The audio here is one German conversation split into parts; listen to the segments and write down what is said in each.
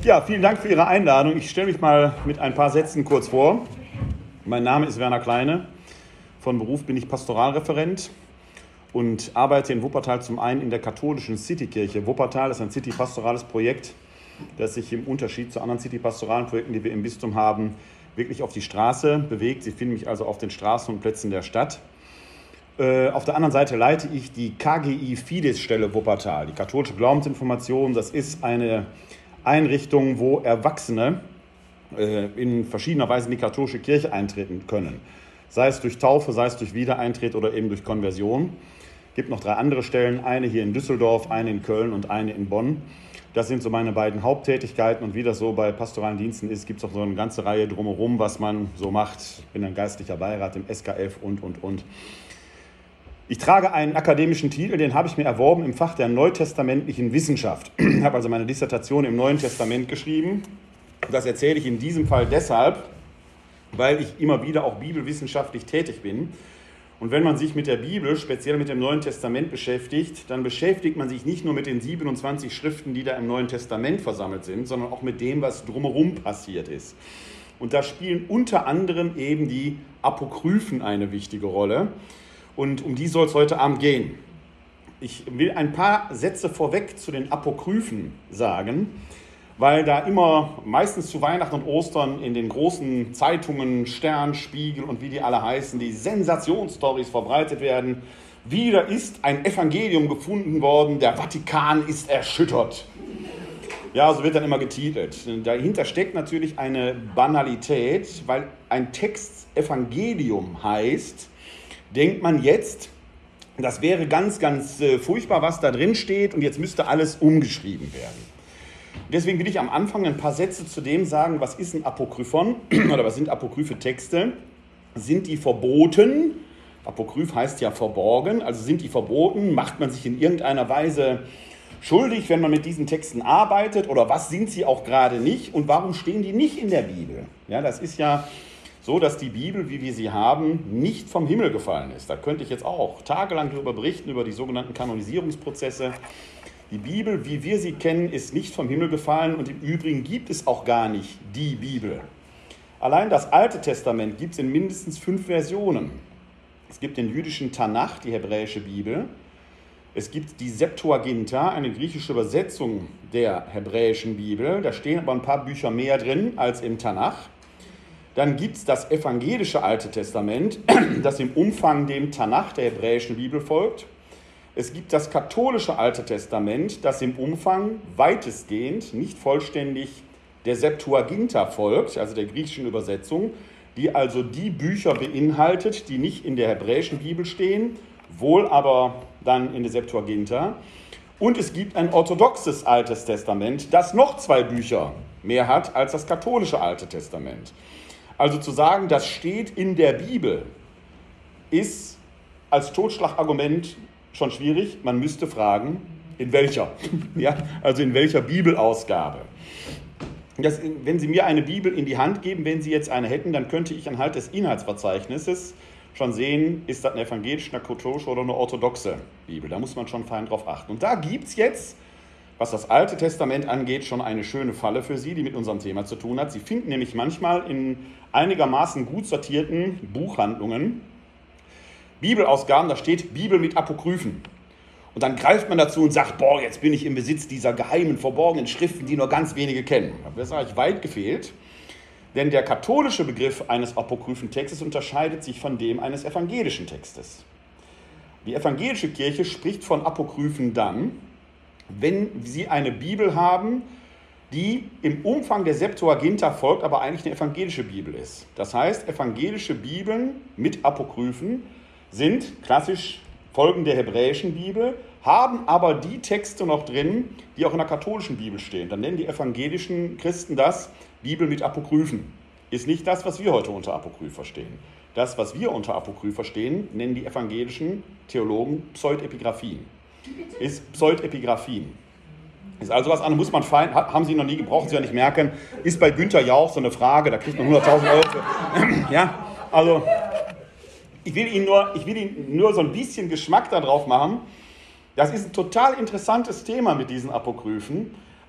Ja, vielen Dank für Ihre Einladung. Ich stelle mich mal mit ein paar Sätzen kurz vor. Mein Name ist Werner Kleine. Von Beruf bin ich Pastoralreferent und arbeite in Wuppertal zum einen in der katholischen Citykirche. Wuppertal ist ein City-pastorales Projekt, das sich im Unterschied zu anderen City-pastoralen Projekten, die wir im Bistum haben, wirklich auf die Straße bewegt. Sie finden mich also auf den Straßen und Plätzen der Stadt. Auf der anderen Seite leite ich die KGI Fides-Stelle Wuppertal, die katholische Glaubensinformation. Das ist eine Einrichtung, wo Erwachsene in verschiedener Weise in die katholische Kirche eintreten können. Sei es durch Taufe, sei es durch Wiedereintritt oder eben durch Konversion. Es gibt noch 3 andere Stellen, eine hier in Düsseldorf, eine in Köln und eine in Bonn. Das sind so meine beiden Haupttätigkeiten, und wie das so bei pastoralen Diensten ist, gibt es auch so eine ganze Reihe drumherum, was man so macht. Ich bin ein geistlicher Beirat im SKF und. Ich trage einen akademischen Titel, den habe ich mir erworben im Fach der neutestamentlichen Wissenschaft. Ich habe also meine Dissertation im Neuen Testament geschrieben. Das erzähle ich in diesem Fall deshalb, weil ich immer wieder auch bibelwissenschaftlich tätig bin. Und wenn man sich mit der Bibel, speziell mit dem Neuen Testament beschäftigt, dann beschäftigt man sich nicht nur mit den 27 Schriften, die da im Neuen Testament versammelt sind, sondern auch mit dem, was drumherum passiert ist. Und da spielen unter anderem eben die Apokryphen eine wichtige Rolle. Und um die soll es heute Abend gehen. Ich will ein paar Sätze vorweg zu den Apokryphen sagen, weil da immer, meistens zu Weihnachten und Ostern, in den großen Zeitungen, Stern, Spiegel und wie die alle heißen, die Sensationsstories verbreitet werden. Wieder ist ein Evangelium gefunden worden, der Vatikan ist erschüttert. Ja, so wird dann immer getitelt. Dahinter steckt natürlich eine Banalität, weil ein Text Evangelium heißt, denkt man jetzt, das wäre ganz, ganz furchtbar, was da drin steht, und jetzt müsste alles umgeschrieben werden. Deswegen will ich am Anfang ein paar Sätze zu dem sagen, was ist ein Apokryphon oder was sind apokryphe Texte? Sind die verboten? Apokryph heißt ja verborgen, also sind die verboten? Macht man sich in irgendeiner Weise schuldig, wenn man mit diesen Texten arbeitet, oder was sind sie auch gerade nicht, und warum stehen die nicht in der Bibel? Ja, das ist ja so, dass die Bibel, wie wir sie haben, nicht vom Himmel gefallen ist. Da könnte ich jetzt auch tagelang darüber berichten, über die sogenannten Kanonisierungsprozesse. Die Bibel, wie wir sie kennen, ist nicht vom Himmel gefallen, und im Übrigen gibt es auch gar nicht die Bibel. Allein das Alte Testament gibt es in mindestens 5 Versionen. Es gibt den jüdischen Tanach, die hebräische Bibel. Es gibt die Septuaginta, eine griechische Übersetzung der hebräischen Bibel. Da stehen aber ein paar Bücher mehr drin als im Tanach. Dann gibt es das evangelische Alte Testament, das im Umfang dem Tanach der hebräischen Bibel folgt. Es gibt das katholische Alte Testament, das im Umfang weitestgehend, nicht vollständig, der Septuaginta folgt, also der griechischen Übersetzung, die also die Bücher beinhaltet, die nicht in der hebräischen Bibel stehen, wohl aber dann in der Septuaginta. Und es gibt ein orthodoxes Altes Testament, das noch 2 Bücher mehr hat als das katholische Alte Testament. Also zu sagen, das steht in der Bibel, ist als Totschlagargument schon schwierig. Man müsste fragen, in welcher? Ja, also in welcher Bibelausgabe? Wenn Sie mir eine Bibel in die Hand geben, wenn Sie jetzt eine hätten, dann könnte ich anhand des Inhaltsverzeichnisses schon sehen, ist das eine evangelische, eine katholische oder eine orthodoxe Bibel. Da muss man schon fein drauf achten. Und da gibt es jetzt, was das Alte Testament angeht, schon eine schöne Falle für Sie, die mit unserem Thema zu tun hat. Sie finden nämlich manchmal in einigermaßen gut sortierten Buchhandlungen Bibelausgaben, da steht Bibel mit Apokryphen. Und dann greift man dazu und sagt, boah, jetzt bin ich im Besitz dieser geheimen, verborgenen Schriften, die nur ganz wenige kennen. Das ist eigentlich weit gefehlt, denn der katholische Begriff eines apokryphen Textes unterscheidet sich von dem eines evangelischen Textes. Die evangelische Kirche spricht von Apokryphen dann, wenn sie eine Bibel haben, die im Umfang der Septuaginta folgt, aber eigentlich eine evangelische Bibel ist. Das heißt, evangelische Bibeln mit Apokryphen sind klassisch Folgen der hebräischen Bibel, haben aber die Texte noch drin, die auch in der katholischen Bibel stehen. Dann nennen die evangelischen Christen das Bibel mit Apokryphen. Ist nicht das, was wir heute unter Apokryph verstehen. Das, was wir unter Apokryph verstehen, nennen die evangelischen Theologen Pseudepigraphien. Ist Pseudepigraphien. Ist also was anderes, muss man fein, haben Sie noch nie gebraucht, Sie ja nicht merken, ist bei Günther Jauch so eine Frage, da kriegt man 100.000 Euro für. Ja, also ich will Ihnen nur so ein bisschen Geschmack darauf machen. Das ist ein total interessantes Thema mit diesen Apokryphen,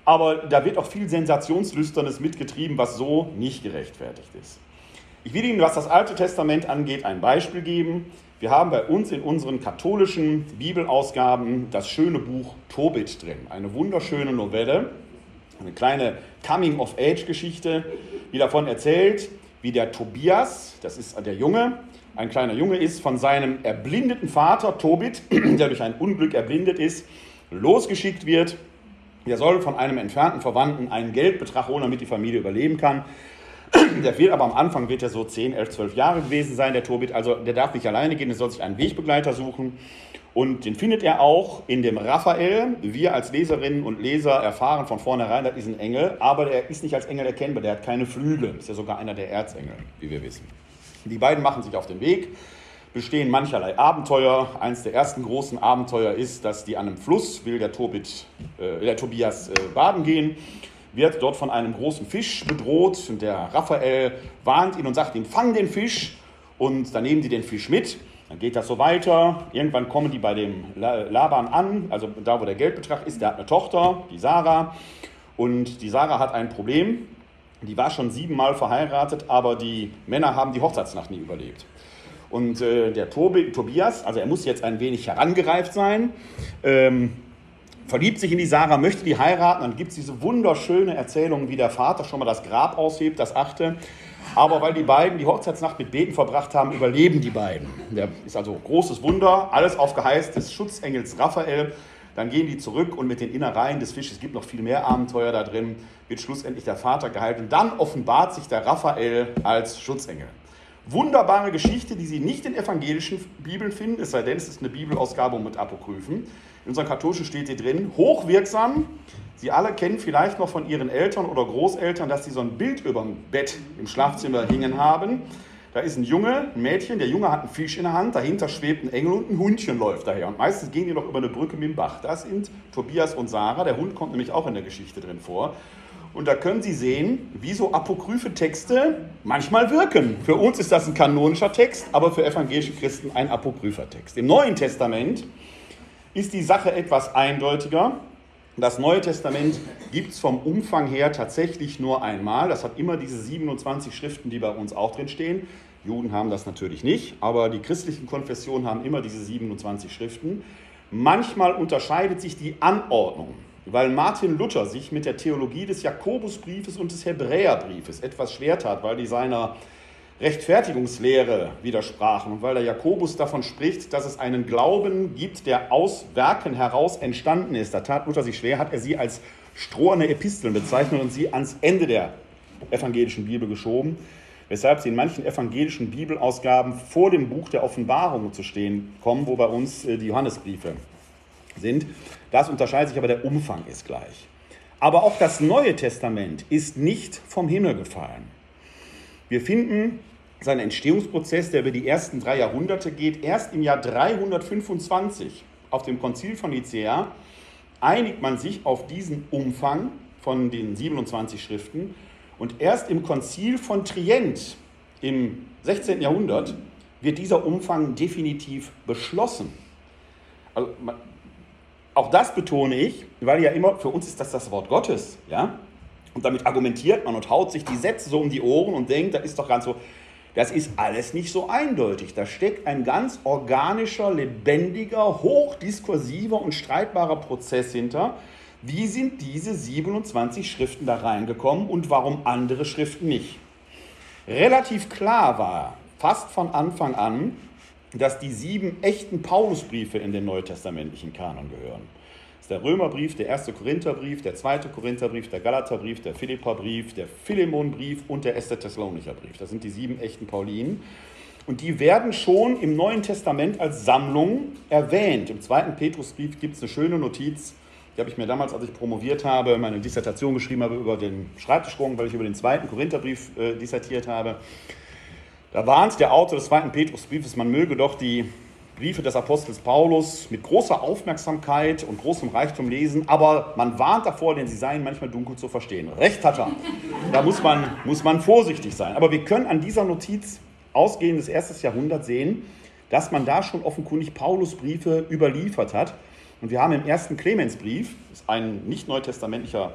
Aber da wird auch viel Sensationslüsternes mitgetrieben, was so nicht gerechtfertigt ist. Ich will Ihnen, was das Alte Testament angeht, ein Beispiel geben. Wir haben bei uns in unseren katholischen Bibelausgaben das schöne Buch Tobit drin. Eine wunderschöne Novelle, eine kleine Coming-of-Age-Geschichte, die davon erzählt, wie der Tobias, das ist der Junge, ein kleiner Junge ist, von seinem erblindeten Vater Tobit, der durch ein Unglück erblindet ist, losgeschickt wird. Der soll von einem entfernten Verwandten einen Geldbetrag holen, damit die Familie überleben kann. Der wird aber am Anfang, wird er so 10, 11, 12 Jahre gewesen sein, der Tobit. Also der darf nicht alleine gehen, er soll sich einen Wegbegleiter suchen. Und den findet er auch in dem Raphael. Wir als Leserinnen und Leser erfahren von vornherein, das ist ein Engel. Aber der ist nicht als Engel erkennbar, der hat keine Flügel. Ist ja sogar einer der Erzengel, wie wir wissen. Die beiden machen sich auf den Weg, bestehen mancherlei Abenteuer. Eins der ersten großen Abenteuer ist, dass die an einem Fluss, will der Tobias baden gehen, wird dort von einem großen Fisch bedroht. Und der Raphael warnt ihn und sagt ihm, fang den Fisch. Und dann nehmen die den Fisch mit. Dann geht das so weiter. Irgendwann kommen die bei dem Laban an, also da, wo der Geldbetrag ist. Der hat eine Tochter, die Sarah. Und die Sarah hat ein Problem. Die war schon 7-mal verheiratet, aber die Männer haben die Hochzeitsnacht nie überlebt. Und der Tobias, also er muss jetzt ein wenig herangereift sein, verliebt sich in die Sarah, möchte die heiraten. Dann gibt es diese wunderschöne Erzählung, wie der Vater schon mal das Grab aushebt, das 8. Aber weil die beiden die Hochzeitsnacht mit Beten verbracht haben, überleben die beiden. Der ist also großes Wunder, alles auf Geheiß des Schutzengels Raphael. Dann gehen die zurück und mit den Innereien des Fisches, es gibt noch viel mehr Abenteuer da drin, wird schlussendlich der Vater geheilt. Und dann offenbart sich der Raphael als Schutzengel. Wunderbare Geschichte, die Sie nicht in evangelischen Bibeln finden, es sei denn, es ist eine Bibelausgabe mit Apokryphen. In unserer katholischen steht hier drin, hochwirksam. Sie alle kennen vielleicht noch von Ihren Eltern oder Großeltern, dass sie so ein Bild über dem Bett im Schlafzimmer hängen haben. Da ist ein Junge, ein Mädchen, der Junge hat einen Fisch in der Hand, dahinter schwebt ein Engel und ein Hundchen läuft daher. Und meistens gehen die noch über eine Brücke mit dem Bach. Das sind Tobias und Sarah, der Hund kommt nämlich auch in der Geschichte drin vor. Und da können Sie sehen, wie so apokryphe Texte manchmal wirken. Für uns ist das ein kanonischer Text, aber für evangelische Christen ein apokrypher Text. Im Neuen Testament ist die Sache etwas eindeutiger. Das Neue Testament gibt es vom Umfang her tatsächlich nur einmal. Das hat immer diese 27 Schriften, die bei uns auch drin stehen. Juden haben das natürlich nicht, aber die christlichen Konfessionen haben immer diese 27 Schriften. Manchmal unterscheidet sich die Anordnung, weil Martin Luther sich mit der Theologie des Jakobusbriefes und des Hebräerbriefes etwas schwer tat, weil die seiner Rechtfertigungslehre widersprachen und weil der Jakobus davon spricht, dass es einen Glauben gibt, der aus Werken heraus entstanden ist. Da tat Luther sich schwer, hat er sie als stroherne Episteln bezeichnet und sie ans Ende der evangelischen Bibel geschoben, weshalb sie in manchen evangelischen Bibelausgaben vor dem Buch der Offenbarung zu stehen kommen, wo bei uns die Johannesbriefe sind. Das unterscheidet sich, aber der Umfang ist gleich. Aber auch das Neue Testament ist nicht vom Himmel gefallen. Wir finden seinen Entstehungsprozess, der über die ersten 3 Jahrhunderte geht, erst im Jahr 325 auf dem Konzil von Nicäa einigt man sich auf diesen Umfang von den 27 Schriften und erst im Konzil von Trient im 16. Jahrhundert wird dieser Umfang definitiv beschlossen. Also, auch das betone ich, weil ja immer, für uns ist das Wort Gottes, ja? Und damit argumentiert man und haut sich die Sätze so um die Ohren und denkt, das ist doch ganz so, das ist alles nicht so eindeutig. Da steckt ein ganz organischer, lebendiger, hochdiskursiver und streitbarer Prozess hinter. Wie sind diese 27 Schriften da reingekommen und warum andere Schriften nicht? Relativ klar war, fast von Anfang an, dass die 7 echten Paulusbriefe in den neutestamentlichen Kanon gehören. Das ist der Römerbrief, der 1. Korintherbrief, der 2. Korintherbrief, der Galaterbrief, der Philipperbrief, der Philemonbrief und der 1. Thessalonicher Brief. Das sind die 7 echten Paulinen. Und die werden schon im Neuen Testament als Sammlung erwähnt. Im 2. Petrusbrief gibt es eine schöne Notiz, die habe ich mir damals, als ich promoviert habe, meine Dissertation geschrieben habe über den Schreibtischsprung, weil ich über den 2. Korintherbrief dissertiert habe. Da warnt der Autor des 2. Petrusbriefes, man möge doch die Briefe des Apostels Paulus mit großer Aufmerksamkeit und großem Reichtum lesen, aber man warnt davor, denn sie seien manchmal dunkel zu verstehen. Recht hat er. Da muss man vorsichtig sein. Aber wir können an dieser Notiz ausgehend des 1. Jahrhunderts sehen, dass man da schon offenkundig Paulus Briefe überliefert hat. Und wir haben im 1. Clemensbrief, das ist ein nicht neutestamentlicher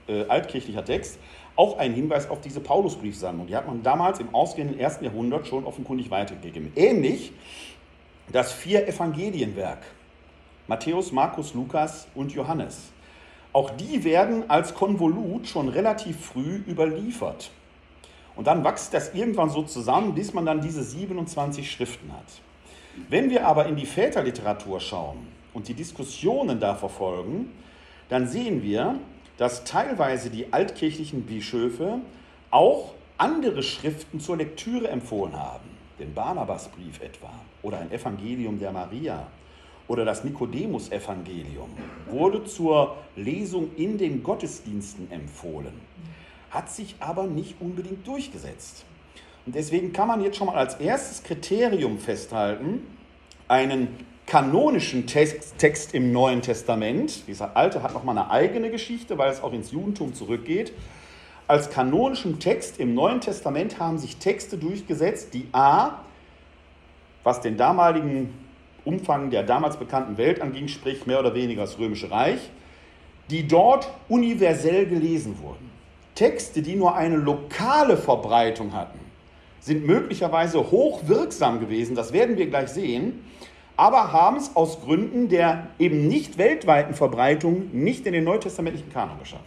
altkirchlicher Text, auch ein Hinweis auf diese Paulusbriefsammlung. Die hat man damals im ausgehenden 1. Jahrhundert schon offenkundig weitergegeben. Ähnlich das 4 Evangelienwerk, Matthäus, Markus, Lukas und Johannes. Auch die werden als Konvolut schon relativ früh überliefert. Und dann wächst das irgendwann so zusammen, bis man dann diese 27 Schriften hat. Wenn wir aber in die Väterliteratur schauen und die Diskussionen da verfolgen, dann sehen wir, dass teilweise die altkirchlichen Bischöfe auch andere Schriften zur Lektüre empfohlen haben. Den Barnabasbrief etwa oder ein Evangelium der Maria oder das Nikodemus-Evangelium wurde zur Lesung in den Gottesdiensten empfohlen, hat sich aber nicht unbedingt durchgesetzt. Und deswegen kann man jetzt schon mal als erstes Kriterium festhalten, einen kanonischen Text im Neuen Testament, dieser alte hat nochmal eine eigene Geschichte, weil es auch ins Judentum zurückgeht. Als kanonischen Text im Neuen Testament haben sich Texte durchgesetzt, die a, was den damaligen Umfang der damals bekannten Welt anging, sprich mehr oder weniger das Römische Reich, die dort universell gelesen wurden. Texte, die nur eine lokale Verbreitung hatten, sind möglicherweise hochwirksam gewesen, das werden wir gleich sehen, aber haben es aus Gründen der eben nicht weltweiten Verbreitung nicht in den neutestamentlichen Kanon geschafft.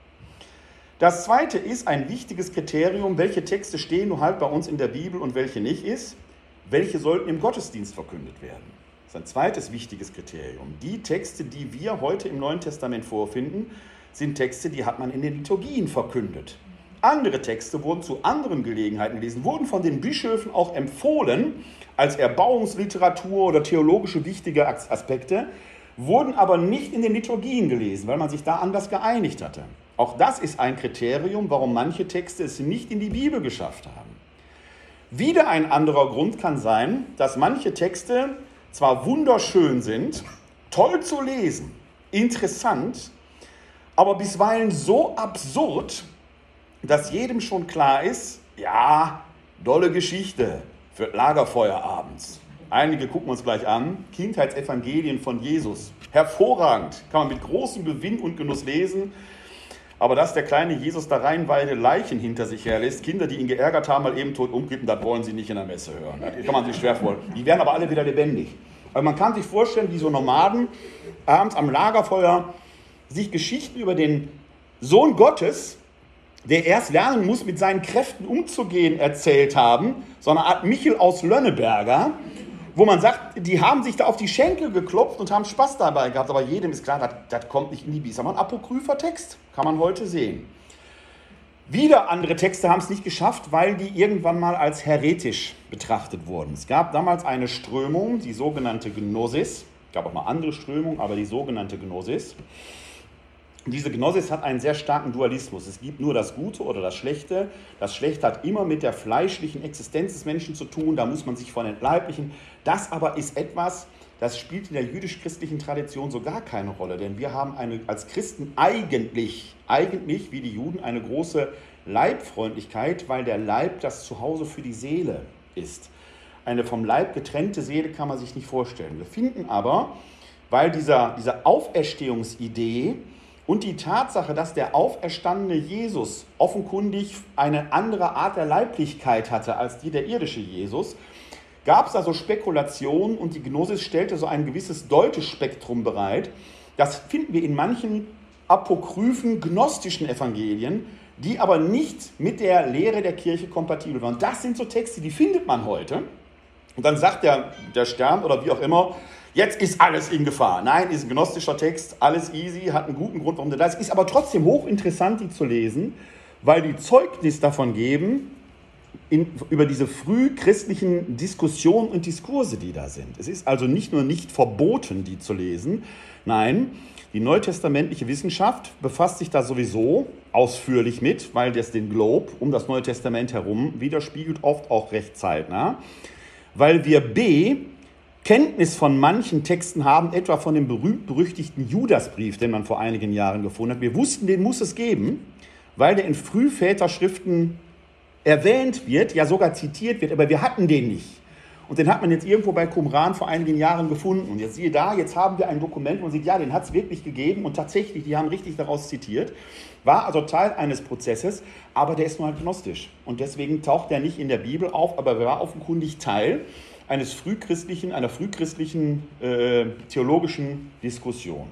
Das zweite ist ein wichtiges Kriterium, welche Texte stehen nun halt bei uns in der Bibel und welche nicht ist, welche sollten im Gottesdienst verkündet werden. Das ist ein zweites wichtiges Kriterium. Die Texte, die wir heute im Neuen Testament vorfinden, sind Texte, die hat man in den Liturgien verkündet. Andere Texte wurden zu anderen Gelegenheiten gelesen, wurden von den Bischöfen auch empfohlen als Erbauungsliteratur oder theologische wichtige Aspekte, wurden aber nicht in den Liturgien gelesen, weil man sich da anders geeinigt hatte. Auch das ist ein Kriterium, warum manche Texte es nicht in die Bibel geschafft haben. Wieder ein anderer Grund kann sein, dass manche Texte zwar wunderschön sind, toll zu lesen, interessant, aber bisweilen so absurd, dass jedem schon klar ist, ja, dolle Geschichte für Lagerfeuer abends. Einige gucken uns gleich an, Kindheitsevangelien von Jesus. Hervorragend, kann man mit großem Gewinn und Genuss lesen. Aber dass der kleine Jesus da reihenweise Leichen hinter sich herlässt, Kinder, die ihn geärgert haben, mal eben tot umkippen, das wollen sie nicht in der Messe hören. Das kann man sich schwer vorstellen. Die werden aber alle wieder lebendig. Aber man kann sich vorstellen, wie so Nomaden abends am Lagerfeuer sich Geschichten über den Sohn Gottes, der erst lernen muss, mit seinen Kräften umzugehen, erzählt haben. So eine Art Michel aus Lönneberger, wo man sagt, die haben sich da auf die Schenkel geklopft und haben Spaß dabei gehabt. Aber jedem ist klar, das kommt nicht in die Bibel. Das ist aber ein apokrypher Text, kann man heute sehen. Wieder andere Texte haben es nicht geschafft, weil die irgendwann mal als heretisch betrachtet wurden. Es gab damals eine Strömung, die sogenannte Gnosis. Es gab auch mal andere Strömungen, aber die sogenannte Gnosis. Diese Gnosis hat einen sehr starken Dualismus. Es gibt nur das Gute oder das Schlechte. Das Schlechte hat immer mit der fleischlichen Existenz des Menschen zu tun. Da muss man sich von entleiblichen. Das aber ist etwas, das spielt in der jüdisch-christlichen Tradition so gar keine Rolle. Denn wir haben als Christen eigentlich wie die Juden eine große Leibfreundlichkeit, weil der Leib das Zuhause für die Seele ist. Eine vom Leib getrennte Seele kann man sich nicht vorstellen. Wir finden aber, weil diese Auferstehungsidee und die Tatsache, dass der auferstandene Jesus offenkundig eine andere Art der Leiblichkeit hatte als die der irdische Jesus, gab es da so Spekulationen und die Gnosis stellte so ein gewisses Deutespektrum bereit. Das finden wir in manchen apokryphen gnostischen Evangelien, die aber nicht mit der Lehre der Kirche kompatibel waren. Das sind so Texte, die findet man heute. Und dann sagt der Stern oder wie auch immer, jetzt ist alles in Gefahr. Nein, ist ein gnostischer Text, alles easy, hat einen guten Grund, warum der da ist. Ist aber trotzdem hochinteressant, die zu lesen, weil die Zeugnis davon geben, über diese frühchristlichen Diskussionen und Diskurse, die da sind. Es ist also nicht nur nicht verboten, die zu lesen. Nein, die neutestamentliche Wissenschaft befasst sich da sowieso ausführlich mit, weil das den Globe um das Neue Testament herum widerspiegelt, oft auch recht zeitnah. Weil wir Kenntnis von manchen Texten haben, etwa von dem berühmt-berüchtigten Judasbrief, den man vor einigen Jahren gefunden hat. Wir wussten, den muss es geben, weil der in Frühväterschriften erwähnt wird, ja sogar zitiert wird, aber wir hatten den nicht. Und den hat man jetzt irgendwo bei Qumran vor einigen Jahren gefunden. Und jetzt siehe da, jetzt haben wir ein Dokument, wo man sieht, ja, den hat es wirklich gegeben. Und tatsächlich, die haben richtig daraus zitiert. War also Teil eines Prozesses, aber der ist nur halt gnostisch. Und deswegen taucht der nicht in der Bibel auf, aber war offenkundig Teil einer frühchristlichen theologischen Diskussion.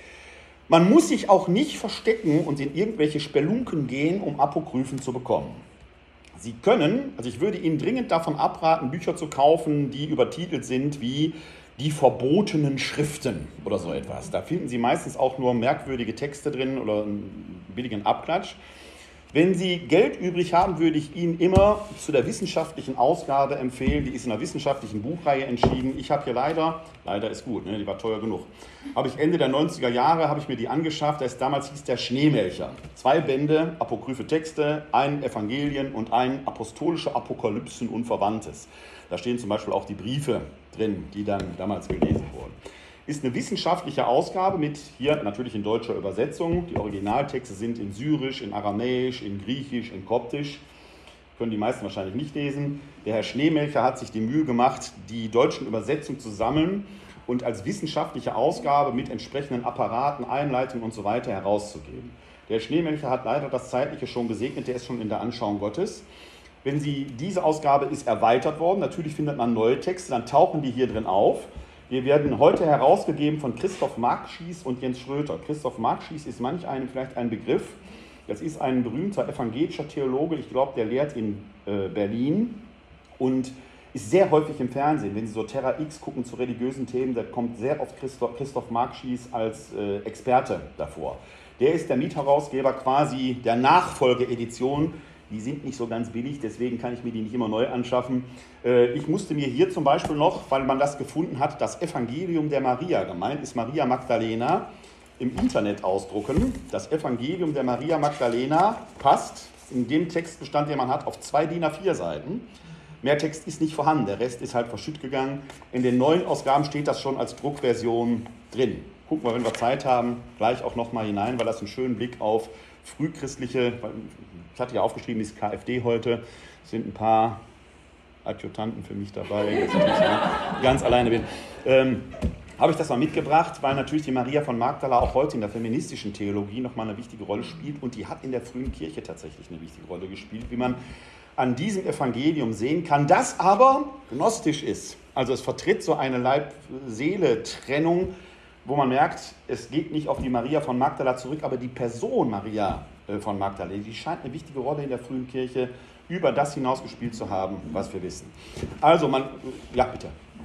Man muss sich auch nicht verstecken und in irgendwelche Spelunken gehen, um Apokryphen zu bekommen. Sie können, also ich würde Ihnen dringend davon abraten, Bücher zu kaufen, die übertitelt sind wie die verbotenen Schriften oder so etwas. Da finden Sie meistens auch nur merkwürdige Texte drin oder einen billigen Abklatsch. Wenn Sie Geld übrig haben, würde ich Ihnen immer zu der wissenschaftlichen Ausgabe empfehlen. Die ist in einer wissenschaftlichen Buchreihe entschieden. Ich habe hier leider ist gut, ne, die war teuer genug, habe ich Ende der 90er Jahre, habe ich mir die angeschafft. Damals hieß der Schneemelcher. 2 Bände, apokryphe Texte, ein Evangelien und ein apostolische Apokalypsen und Verwandtes. Da stehen zum Beispiel auch die Briefe drin, die dann damals gelesen wurden. Ist eine wissenschaftliche Ausgabe mit hier natürlich in deutscher Übersetzung. Die Originaltexte sind in Syrisch, in Aramäisch, in Griechisch, in Koptisch. Können die meisten wahrscheinlich nicht lesen. Der Herr Schneemelcher hat sich die Mühe gemacht, die deutschen Übersetzungen zu sammeln und als wissenschaftliche Ausgabe mit entsprechenden Apparaten, Einleitungen und so weiter herauszugeben. Der Schneemelcher hat leider das Zeitliche schon gesegnet, der ist schon in der Anschauung Gottes. Wenn diese Ausgabe ist erweitert worden, natürlich findet man neue Texte, dann tauchen die hier drin auf. Wir werden heute herausgegeben von Christoph Markschies und Jens Schröter. Christoph Markschies ist manch einem vielleicht ein Begriff. Das ist ein berühmter evangelischer Theologe, ich glaube, der lehrt in Berlin und ist sehr häufig im Fernsehen. Wenn Sie so Terra X gucken zu religiösen Themen, da kommt sehr oft Christoph Markschies als Experte davor. Der ist der Mitherausgeber quasi der Nachfolgeedition. Die sind nicht so ganz billig, deswegen kann ich mir die nicht immer neu anschaffen. Ich musste mir hier zum Beispiel noch, weil man das gefunden hat, das Evangelium der Maria, gemeint ist Maria Magdalena, im Internet ausdrucken. Das Evangelium der Maria Magdalena passt in dem Textbestand, den man hat, auf 2 DIN A4 Seiten. Mehr Text ist nicht vorhanden, der Rest ist halt verschütt gegangen. In den neuen Ausgaben steht das schon als Druckversion drin. Gucken wir, wenn wir Zeit haben, gleich auch nochmal hinein, weil das einen schönen Blick auf frühchristliche, ich hatte ja aufgeschrieben, ist KfD heute, es sind ein paar Adjutanten für mich dabei, dass ich nicht ganz alleine bin. Habe ich das mal mitgebracht, weil natürlich die Maria von Magdala auch heute in der feministischen Theologie nochmal eine wichtige Rolle spielt und die hat in der frühen Kirche tatsächlich eine wichtige Rolle gespielt, wie man an diesem Evangelium sehen kann, das aber gnostisch ist. Also es vertritt so eine Leib-Seele-Trennung, wo man merkt, es geht nicht auf die Maria von Magdala zurück, aber die Person Maria von Magdala, die scheint eine wichtige Rolle in der frühen Kirche über das hinausgespielt zu haben, was wir wissen. Also ja bitte.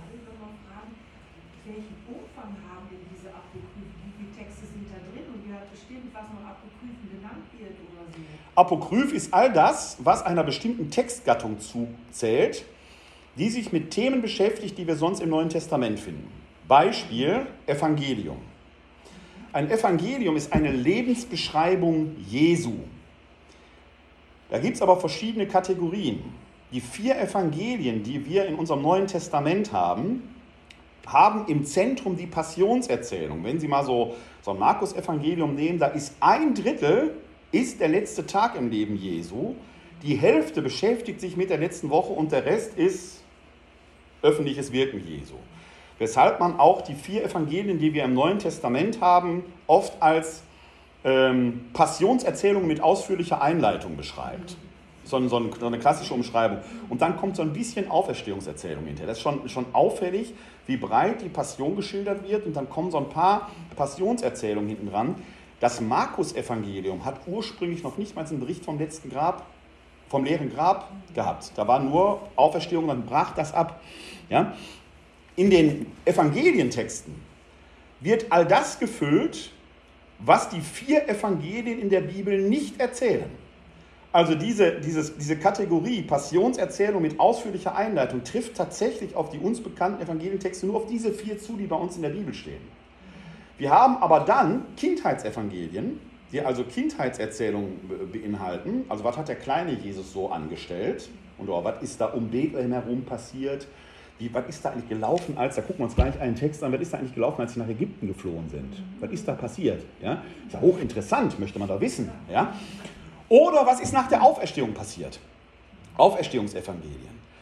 Welchen Umfang haben denn diese Apokryphen? Wie viele Texte sind da drin? Und wer hat bestimmt, was noch Apokryphen genannt wird oder so? Apokryph ist all das, was einer bestimmten Textgattung zuzählt, die sich mit Themen beschäftigt, die wir sonst im Neuen Testament finden. Beispiel Evangelium. Ein Evangelium ist eine Lebensbeschreibung Jesu. Da gibt es aber verschiedene Kategorien. Die 4 Evangelien, die wir in unserem Neuen Testament haben im Zentrum die Passionserzählung. Wenn Sie mal so ein Markus-Evangelium nehmen, da ist 1/3 ist der letzte Tag im Leben Jesu, die Hälfte beschäftigt sich mit der letzten Woche und der Rest ist öffentliches Wirken Jesu. Weshalb man auch die 4 Evangelien, die wir im Neuen Testament haben, oft als Passionserzählung mit ausführlicher Einleitung beschreibt. So eine klassische Umschreibung. Und dann kommt so ein bisschen Auferstehungserzählung hinterher. Das ist schon auffällig, wie breit die Passion geschildert wird. Und dann kommen so ein paar Passionserzählungen hinten dran. Das Markus-Evangelium hat ursprünglich noch nicht mal einen Bericht vom letzten Grab, vom leeren Grab gehabt. Da war nur Auferstehung, dann brach das ab. Ja? In den Evangelientexten wird all das gefüllt, was die 4 Evangelien in der Bibel nicht erzählen. Also diese Kategorie Passionserzählung mit ausführlicher Einleitung trifft tatsächlich auf die uns bekannten Evangelientexte nur auf diese 4 zu, die bei uns in der Bibel stehen. Wir haben aber dann Kindheitsevangelien, die also Kindheitserzählungen beinhalten. Also was hat der kleine Jesus so angestellt? Und was ist da um Bethlehem herum passiert? Was ist da eigentlich gelaufen, da gucken wir uns gleich einen Text an, was ist da eigentlich gelaufen, als sie nach Ägypten geflohen sind? Was ist da passiert? Ja? Ist ja hochinteressant, möchte man da wissen. Ja? Oder was ist nach der Auferstehung passiert? Auferstehungsevangelien.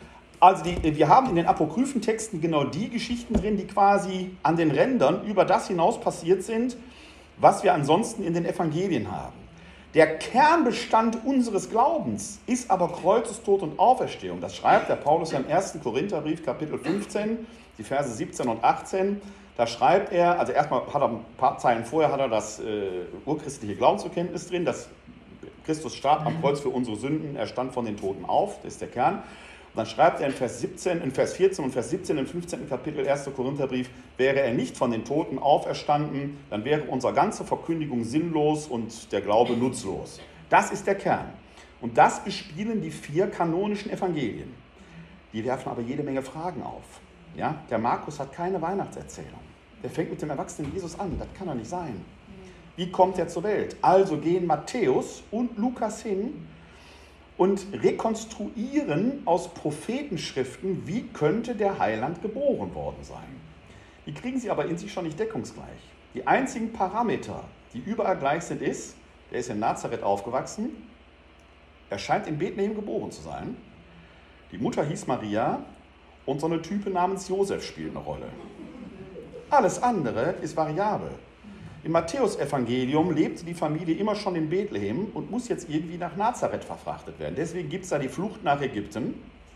Also wir haben in den apokryphen Texten genau die Geschichten drin, die quasi an den Rändern über das hinaus passiert sind, was wir ansonsten in den Evangelien haben. Der Kernbestand unseres Glaubens ist aber Kreuzestod und Auferstehung. Das schreibt der Paulus ja im 1. Korintherbrief, Kapitel 15, die Verse 17 und 18. Da schreibt er, also erstmal hat er ein paar Zeilen vorher, hat er das urchristliche Glaubensbekenntnis drin, dass Christus starb am Kreuz für unsere Sünden, er stand von den Toten auf, das ist der Kern. Und dann schreibt er in Vers 14 und Vers 17 im 15. Kapitel 1. Korintherbrief, wäre er nicht von den Toten auferstanden, dann wäre unsere ganze Verkündigung sinnlos und der Glaube nutzlos. Das ist der Kern. Und das bespielen die 4 kanonischen Evangelien. Die werfen aber jede Menge Fragen auf. Ja? Der Markus hat keine Weihnachtserzählung. Der fängt mit dem erwachsenen Jesus an. Das kann doch nicht sein. Wie kommt er zur Welt? Also gehen Matthäus und Lukas hin und rekonstruieren aus Prophetenschriften, wie könnte der Heiland geboren worden sein. Die kriegen sie aber in sich schon nicht deckungsgleich. Die einzigen Parameter, die überall gleich sind, ist, der ist in Nazareth aufgewachsen, er scheint in Bethlehem geboren zu sein, die Mutter hieß Maria und so eine Type namens Josef spielt eine Rolle. Alles andere ist variabel. Im Matthäusevangelium lebte die Familie immer schon in Bethlehem und muss jetzt irgendwie nach Nazareth verfrachtet werden. Deswegen gibt es da die Flucht nach Ägypten.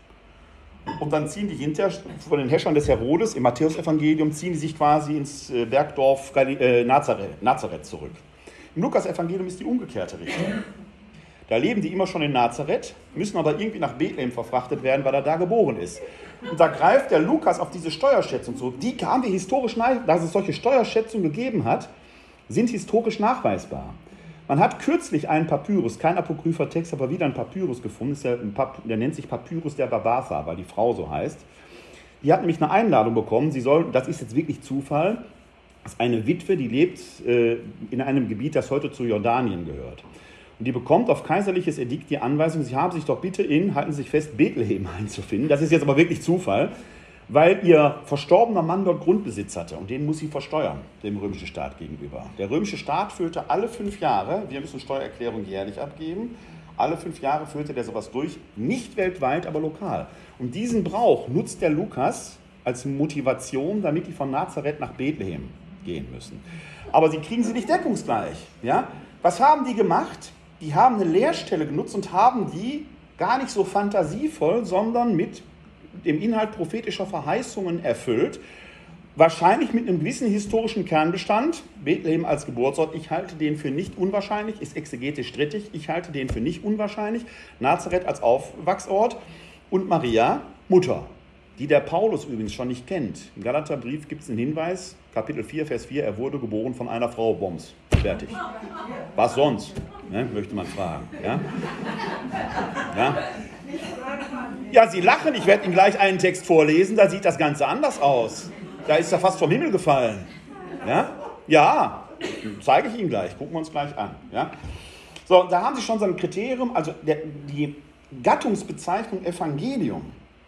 Und dann ziehen die hinterher von den Herrschern des Herodes, im Matthäusevangelium, ziehen die sich quasi ins Bergdorf Nazareth zurück. Im Lukasevangelium ist die umgekehrte Richtung. Da leben die immer schon in Nazareth, müssen aber irgendwie nach Bethlehem verfrachtet werden, weil er da geboren ist. Und da greift der Lukas auf diese Steuerschätzung zurück. Die haben wir historisch, dass es solche Steuerschätzungen gegeben hat, sind historisch nachweisbar. Man hat kürzlich einen Papyrus, kein apokrypher Text, aber wieder einen Papyrus gefunden, der nennt sich Papyrus der Babatha, weil die Frau so heißt. Die hat nämlich eine Einladung bekommen, das ist jetzt wirklich Zufall, das ist eine Witwe, die lebt in einem Gebiet, das heute zu Jordanien gehört. Und die bekommt auf kaiserliches Edikt die Anweisung, sie haben sich doch bitte halten Sie sich fest, Bethlehem einzufinden. Das ist jetzt aber wirklich Zufall, weil ihr verstorbener Mann dort Grundbesitz hatte und den muss sie versteuern, dem römischen Staat gegenüber. Der römische Staat führte alle 5 Jahre, wir müssen Steuererklärung jährlich abgeben, alle 5 Jahre führte der sowas durch, nicht weltweit, aber lokal. Und diesen Brauch nutzt der Lukas als Motivation, damit die von Nazareth nach Bethlehem gehen müssen. Aber sie kriegen sie nicht deckungsgleich. Ja? Was haben die gemacht? Die haben eine Leerstelle genutzt und haben die gar nicht so fantasievoll, sondern mit dem Inhalt prophetischer Verheißungen erfüllt. Wahrscheinlich mit einem gewissen historischen Kernbestand. Bethlehem als Geburtsort, ich halte den für nicht unwahrscheinlich, ist exegetisch strittig, ich halte den für nicht unwahrscheinlich. Nazareth als Aufwachsort und Maria, Mutter, die der Paulus übrigens schon nicht kennt. Im Galaterbrief gibt es einen Hinweis, Kapitel 4, Vers 4, er wurde geboren von einer Frau, Boms. Fertig. Was sonst? Ne, möchte man fragen. Ja? Ja? Ja, Sie lachen, ich werde Ihnen gleich einen Text vorlesen, da sieht das Ganze anders aus. Da ist er fast vom Himmel gefallen. Ja, ja, zeige ich Ihnen gleich, gucken wir uns gleich an. Ja? So, da haben Sie schon so ein Kriterium, also die Gattungsbezeichnung Evangelium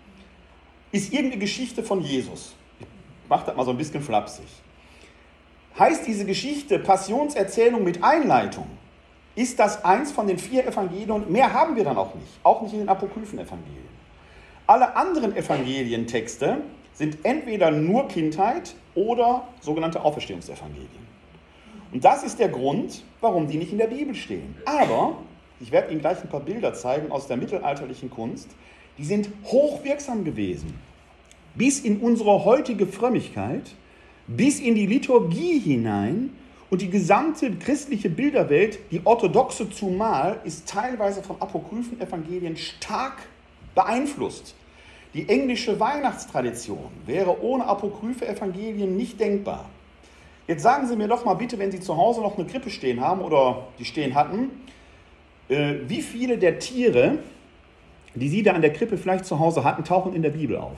ist irgendeine Geschichte von Jesus. Ich mache das mal so ein bisschen flapsig. Heißt diese Geschichte Passionserzählung mit Einleitung, ist das eins von den 4 Evangelien, mehr haben wir dann auch nicht in den apokryphen Evangelien. Alle anderen Evangelientexte sind entweder nur Kindheit oder sogenannte Auferstehungsevangelien. Und das ist der Grund, warum die nicht in der Bibel stehen. Aber, ich werde Ihnen gleich ein paar Bilder zeigen aus der mittelalterlichen Kunst, die sind hochwirksam gewesen. Bis in unsere heutige Frömmigkeit, bis in die Liturgie hinein und die gesamte christliche Bilderwelt, die orthodoxe zumal, ist teilweise von apokryphen Evangelien stark beeinflusst. Die englische Weihnachtstradition wäre ohne apokryphe Evangelien nicht denkbar. Jetzt sagen Sie mir doch mal bitte, wenn Sie zu Hause noch eine Krippe stehen haben oder die stehen hatten, wie viele der Tiere, die Sie da an der Krippe vielleicht zu Hause hatten, tauchen in der Bibel auf?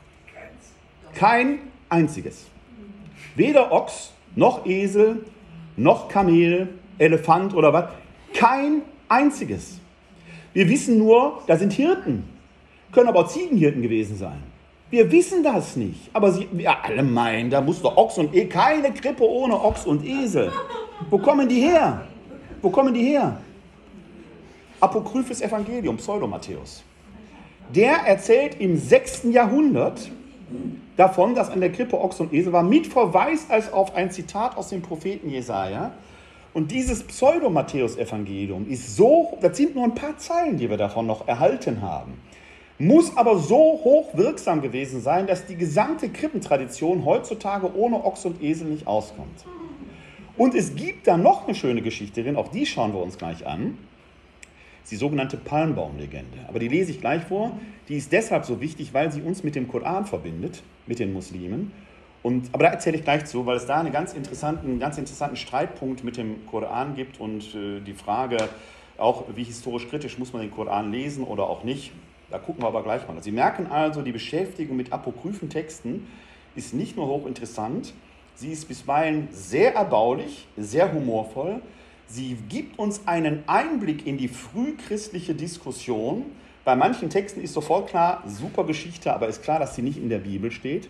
Kein einziges. Weder Ochs, noch Esel, noch Kamel, Elefant oder was. Kein einziges. Wir wissen nur, da sind Hirten. Können aber auch Ziegenhirten gewesen sein. Wir wissen das nicht. Aber wir alle meinen, da muss doch Ochs und Esel, keine Krippe ohne Ochs und Esel. Wo kommen die her? Wo kommen die her? Apokryphes Evangelium, Pseudo-Matthäus. Der erzählt im 6. Jahrhundert davon, dass an der Krippe Ochs und Esel war, mit Verweis als auf ein Zitat aus dem Propheten Jesaja. Und dieses Pseudo-Matthäus-Evangelium ist so, das sind nur ein paar Zeilen, die wir davon noch erhalten haben, muss aber so hochwirksam gewesen sein, dass die gesamte Krippentradition heutzutage ohne Ochs und Esel nicht auskommt. Und es gibt da noch eine schöne Geschichte drin, auch die schauen wir uns gleich an. Das ist die sogenannte Palmbaumlegende. Aber die lese ich gleich vor. Die ist deshalb so wichtig, weil sie uns mit dem Koran verbindet, mit den Muslimen. Aber da erzähle ich gleich zu, weil es da einen ganz interessanten Streitpunkt mit dem Koran gibt und die Frage auch, wie historisch kritisch muss man den Koran lesen oder auch nicht. Da gucken wir aber gleich mal. Sie merken also, die Beschäftigung mit apokryphen Texten ist nicht nur hochinteressant, sie ist bisweilen sehr erbaulich, sehr humorvoll. Sie gibt uns einen Einblick in die frühchristliche Diskussion. Bei manchen Texten ist sofort klar, super Geschichte, aber ist klar, dass sie nicht in der Bibel steht.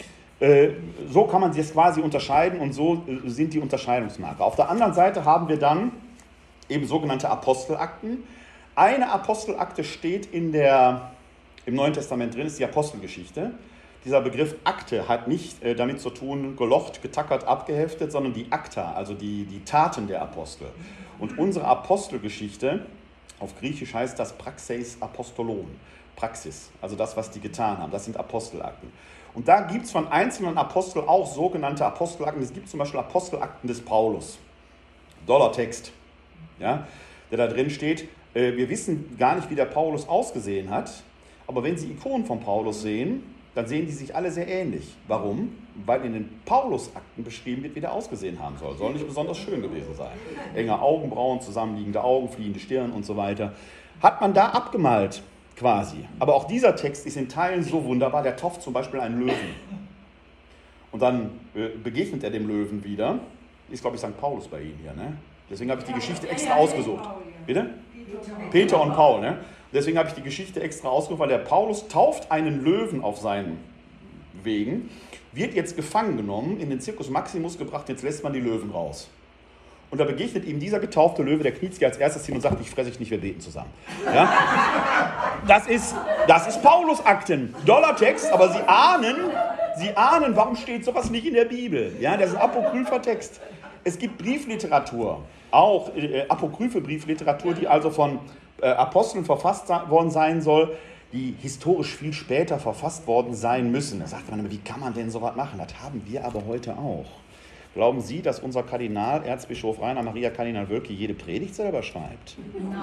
So kann man sie jetzt quasi unterscheiden und so sind die Unterscheidungsmarker. Auf der anderen Seite haben wir dann eben sogenannte Apostelakten. Eine Apostelakte steht im Neuen Testament drin, ist die Apostelgeschichte. Dieser Begriff Akte hat nicht damit zu tun, gelocht, getackert, abgeheftet, sondern die Akta, also die Taten der Apostel. Und unsere Apostelgeschichte, auf Griechisch heißt das Praxeis Apostolon, Praxis, also das, was die getan haben, das sind Apostelakten. Und da gibt es von einzelnen Aposteln auch sogenannte Apostelakten. Es gibt zum Beispiel Apostelakten des Paulus, Dollartext, ja, der da drin steht. Wir wissen gar nicht, wie der Paulus ausgesehen hat, aber wenn Sie Ikonen von Paulus sehen, dann sehen die sich alle sehr ähnlich. Warum? Weil in den Paulus-Akten beschrieben wird, wie der ausgesehen haben soll. Soll nicht besonders schön gewesen sein. Enge Augenbrauen, zusammenliegende Augen, fliehende Stirn und so weiter. Hat man da abgemalt, quasi. Aber auch dieser Text ist in Teilen so wunderbar, der tauft zum Beispiel einen Löwen. Und dann begegnet er dem Löwen wieder. Ist, glaube ich, St. Paulus bei Ihnen hier, ne? Deswegen habe ich die Geschichte extra ausgesucht. Bitte? Peter und Paul, ne? Deswegen habe ich die Geschichte extra ausgesucht, weil der Paulus tauft einen Löwen auf seinen Wegen, wird jetzt gefangen genommen, in den Circus Maximus gebracht, jetzt lässt man die Löwen raus. Und da begegnet ihm dieser getaufte Löwe, der kniet sich als erstes hin und sagt, ich fresse dich nicht, wir beten zusammen. Ja? Das ist Paulus-Akten, Dollartext, aber Sie ahnen, warum steht sowas nicht in der Bibel? Ja, das ist ein apokrypher Text. Es gibt Briefliteratur, auch apokryphe Briefliteratur, die also von Aposteln verfasst worden sein soll, die historisch viel später verfasst worden sein müssen. Da sagt man immer, wie kann man denn sowas machen? Das haben wir aber heute auch. Glauben Sie, dass unser Kardinal, Erzbischof Rainer Maria Kardinal Wölki, jede Predigt selber schreibt?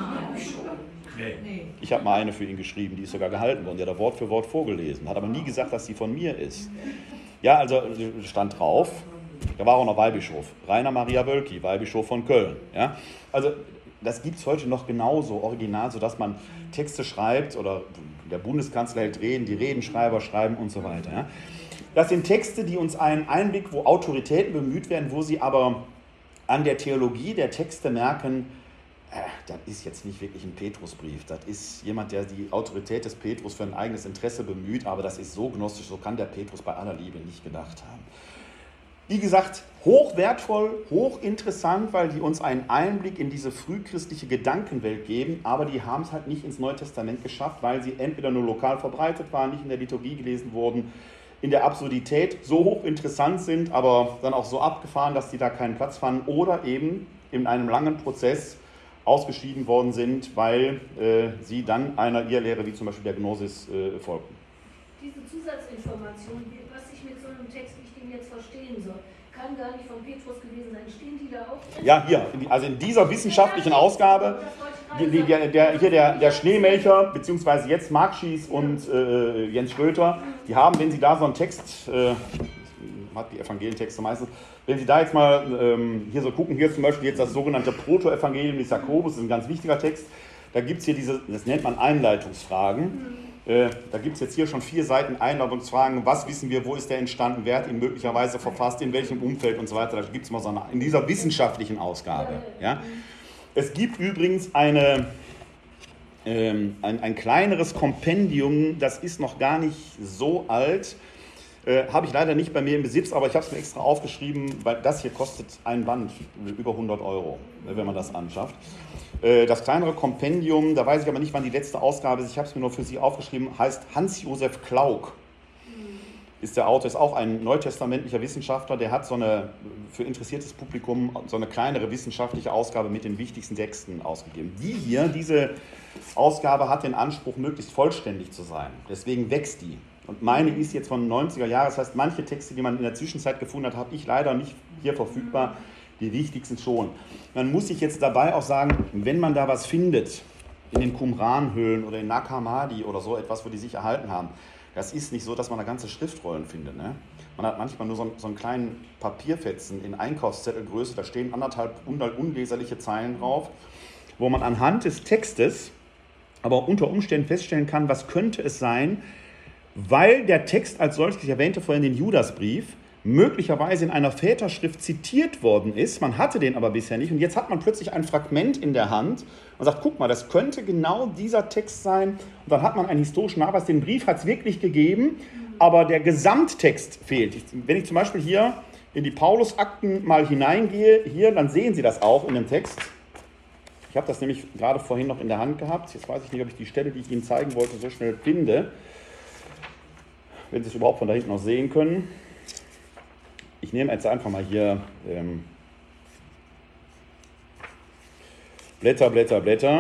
Nee. Ich habe mal eine für ihn geschrieben, die ist sogar gehalten worden, die hat er Wort für Wort vorgelesen, hat aber nie gesagt, dass sie von mir ist. Ja, also stand drauf, da war auch noch Weihbischof, Rainer Maria Wölki, Weihbischof von Köln. Ja? Also das gibt es heute noch genauso original, sodass man Texte schreibt oder der Bundeskanzler hält Reden, die Redenschreiber schreiben und so weiter. Ja? Das sind Texte, die uns einen Einblick, wo Autoritäten bemüht werden, wo sie aber an der Theologie der Texte merken, das ist jetzt nicht wirklich ein Petrusbrief, das ist jemand, der die Autorität des Petrus für ein eigenes Interesse bemüht, aber das ist so gnostisch, so kann der Petrus bei aller Liebe nicht gedacht haben. Wie gesagt, hochwertvoll, hochinteressant, weil die uns einen Einblick in diese frühchristliche Gedankenwelt geben, aber die haben es halt nicht ins Neue Testament geschafft, weil sie entweder nur lokal verbreitet waren, nicht in der Liturgie gelesen wurden, in der Absurdität so hochinteressant sind, aber dann auch so abgefahren, dass die da keinen Platz fanden oder eben in einem langen Prozess ausgeschieden worden sind, weil sie dann einer Irrlehre wie zum Beispiel der Gnosis folgten. Diese Zusatzinformation, was ich mit so einem Text, wie ich den jetzt verstehen soll, kann gar nicht von Petrus gewesen sein. Stehen die da auch drin? Ja, hier, also in dieser wissenschaftlichen Ausgabe, der Schneemelcher, beziehungsweise jetzt Marc Schies und Jens Schröter, die haben, wenn sie da so einen Text, hat die Evangelientexte meistens, wenn Sie da jetzt mal hier so gucken, hier zum Beispiel jetzt das sogenannte Proto-Evangelium des Jakobus, das ist ein ganz wichtiger Text, da gibt es hier diese, das nennt man Einleitungsfragen. Da gibt es jetzt hier schon 4 Seiten Einladungsfragen. Was wissen wir, wo ist der entstanden, wer hat ihn möglicherweise verfasst, in welchem Umfeld und so weiter. Da gibt es mal so eine, in dieser wissenschaftlichen Ausgabe. Ja. Es gibt übrigens ein kleineres Kompendium, das ist noch gar nicht so alt. Habe ich leider nicht bei mir im Besitz, aber ich habe es mir extra aufgeschrieben, weil das hier kostet ein Band über 100 Euro, wenn man das anschafft. Das kleinere Kompendium, da weiß ich aber nicht, wann die letzte Ausgabe ist, ich habe es mir nur für Sie aufgeschrieben, heißt Hans-Josef Klauk. Ist der Autor, ist auch ein neutestamentlicher Wissenschaftler, der hat so eine, für interessiertes Publikum, so eine kleinere wissenschaftliche Ausgabe mit den wichtigsten Texten ausgegeben. Diese Ausgabe hat den Anspruch, möglichst vollständig zu sein. Deswegen wächst die. Und meine ist jetzt von 90er Jahren, das heißt, manche Texte, die man in der Zwischenzeit gefunden hat, habe ich leider nicht hier verfügbar, die wichtigsten schon. Man muss sich jetzt dabei auch sagen, wenn man da was findet, in den Qumran-Höhlen oder in Nag Hammadi oder so etwas, wo die sich erhalten haben, das ist nicht so, dass man da ganze Schriftrollen findet. Ne? Man hat manchmal nur so einen kleinen Papierfetzen in Einkaufszettelgröße, da stehen 1,5 unleserliche Zeilen drauf, wo man anhand des Textes aber unter Umständen feststellen kann, was könnte es sein, weil der Text als solches, ich erwähnte vorhin den Judasbrief, möglicherweise in einer Väterschrift zitiert worden ist, man hatte den aber bisher nicht und jetzt hat man plötzlich ein Fragment in der Hand und sagt, guck mal, das könnte genau dieser Text sein und dann hat man einen historischen Nachweis, den Brief hat es wirklich gegeben, aber der Gesamttext fehlt. Wenn ich zum Beispiel hier in die Paulusakten mal hineingehe, hier, dann sehen Sie das auch in dem Text. Ich habe das nämlich gerade vorhin noch in der Hand gehabt, jetzt weiß ich nicht, ob ich die Stelle, die ich Ihnen zeigen wollte, so schnell finde, wenn Sie es überhaupt von da hinten noch sehen können. Ich nehme jetzt einfach mal hier Blätter.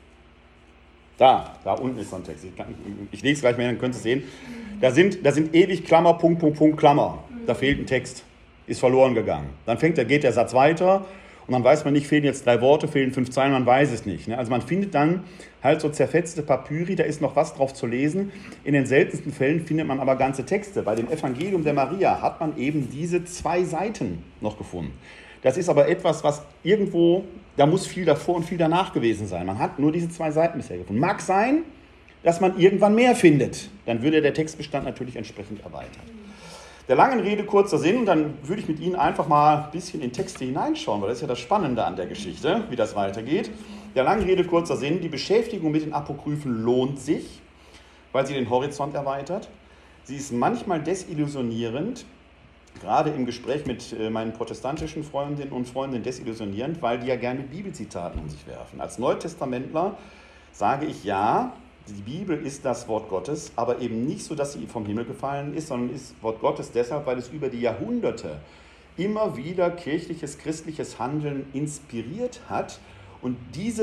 Da unten ist so ein Text. Ich lege es gleich mal hin, dann könnt ihr es sehen. Da sind ewig Klammer, Punkt, Klammer. Da fehlt ein Text. Ist verloren gegangen. Dann geht der Satz weiter und dann weiß man nicht, fehlen jetzt 3 Worte, fehlen 5 Zeilen, man weiß es nicht. Ne? Also man findet dann halt so zerfetzte Papyri, da ist noch was drauf zu lesen. In den seltensten Fällen findet man aber ganze Texte. Bei dem Evangelium der Maria hat man eben diese 2 Seiten noch gefunden. Das ist aber etwas, was irgendwo, da muss viel davor und viel danach gewesen sein. Man hat nur diese 2 Seiten bisher gefunden. Mag sein, dass man irgendwann mehr findet. Dann würde der Textbestand natürlich entsprechend erweitert. Der langen Rede kurzer Sinn, dann würde ich mit Ihnen einfach mal ein bisschen in Texte hineinschauen, weil das ist ja das Spannende an der Geschichte, wie das weitergeht. Der langen Rede kurzer Sinn, die Beschäftigung mit den Apokryphen lohnt sich, weil sie den Horizont erweitert. Sie ist manchmal desillusionierend, gerade im Gespräch mit meinen protestantischen Freundinnen und Freunden desillusionierend, weil die ja gerne mit Bibelzitaten um sich werfen. Als Neutestamentler sage ich ja, die Bibel ist das Wort Gottes, aber eben nicht so, dass sie vom Himmel gefallen ist, sondern ist Wort Gottes deshalb, weil es über die Jahrhunderte immer wieder kirchliches, christliches Handeln inspiriert hat und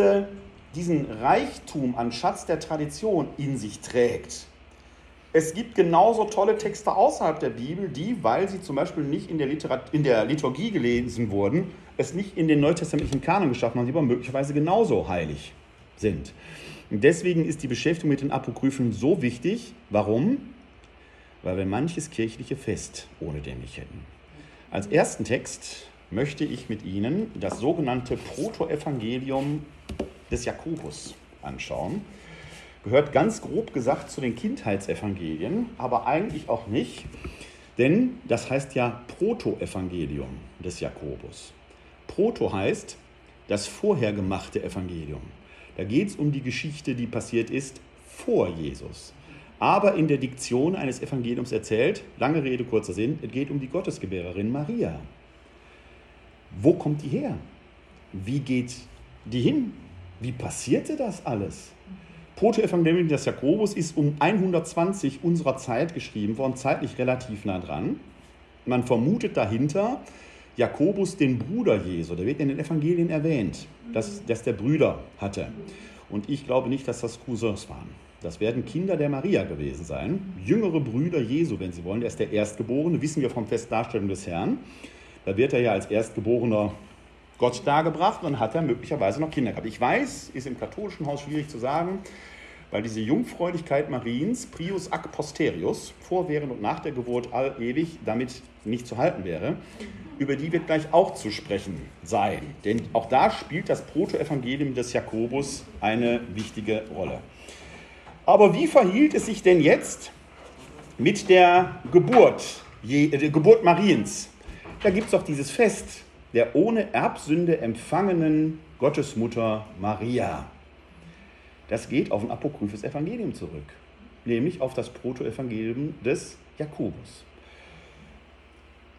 diesen Reichtum an Schatz der Tradition in sich trägt. Es gibt genauso tolle Texte außerhalb der Bibel, die, weil sie zum Beispiel nicht in der Liturgie gelesen wurden, es nicht in den neutestamentlichen Kanon geschafft haben, die aber möglicherweise genauso heilig sind. Und deswegen ist die Beschäftigung mit den Apokryphen so wichtig. Warum? Weil wir manches kirchliche Fest ohne den nicht hätten. Als ersten Text möchte ich mit Ihnen das sogenannte Protoevangelium des Jakobus anschauen. Gehört ganz grob gesagt zu den Kindheitsevangelien, aber eigentlich auch nicht, denn das heißt ja Protoevangelium des Jakobus. Proto heißt das vorher gemachte Evangelium. Da geht es um die Geschichte, die passiert ist vor Jesus. Aber in der Diktion eines Evangeliums erzählt, lange Rede, kurzer Sinn, es geht um die Gottesgebärerin Maria. Wo kommt die her? Wie geht die hin? Wie passierte das alles? Protoevangelium des Jakobus ist um 120 unserer Zeit geschrieben worden, zeitlich relativ nah dran. Man vermutet dahinter Jakobus, den Bruder Jesu, der wird in den Evangelien erwähnt, dass der Brüder hatte. Und ich glaube nicht, dass das Cousins waren. Das werden Kinder der Maria gewesen sein, jüngere Brüder Jesu, wenn Sie wollen. Er ist der Erstgeborene, wissen wir vom Fest Darstellung des Herrn. Da wird er ja als Erstgeborener Gott dargebracht und dann hat er möglicherweise noch Kinder gehabt. Ich weiß, ist im katholischen Haus schwierig zu sagen, weil diese Jungfräulichkeit Mariens, prius ac posterius, vor, während und nach der Geburt allewig, damit nicht zu halten wäre, über die wird gleich auch zu sprechen sein. Denn auch da spielt das Protoevangelium des Jakobus eine wichtige Rolle. Aber wie verhielt es sich denn jetzt mit der Geburt Mariens? Da gibt es doch dieses Fest der ohne Erbsünde empfangenen Gottesmutter Maria. Das geht auf ein apokryphes Evangelium zurück, nämlich auf das Protoevangelium des Jakobus.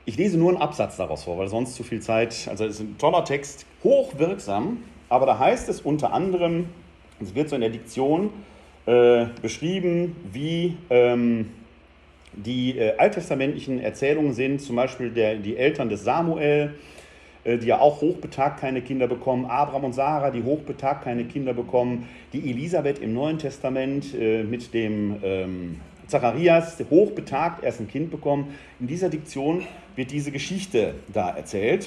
Ich lese nur einen Absatz daraus vor, weil sonst zu viel Zeit, also es ist ein toller Text, hochwirksam, aber da heißt es unter anderem, es wird so in der Diktion beschrieben, wie die alttestamentlichen Erzählungen sind, zum Beispiel die Eltern des Samuel, die ja auch hochbetagt keine Kinder bekommen, Abraham und Sarah, die hochbetagt keine Kinder bekommen, die Elisabeth im Neuen Testament mit dem Zacharias, hochbetagt, erst ein Kind bekommen. In dieser Diktion wird diese Geschichte da erzählt.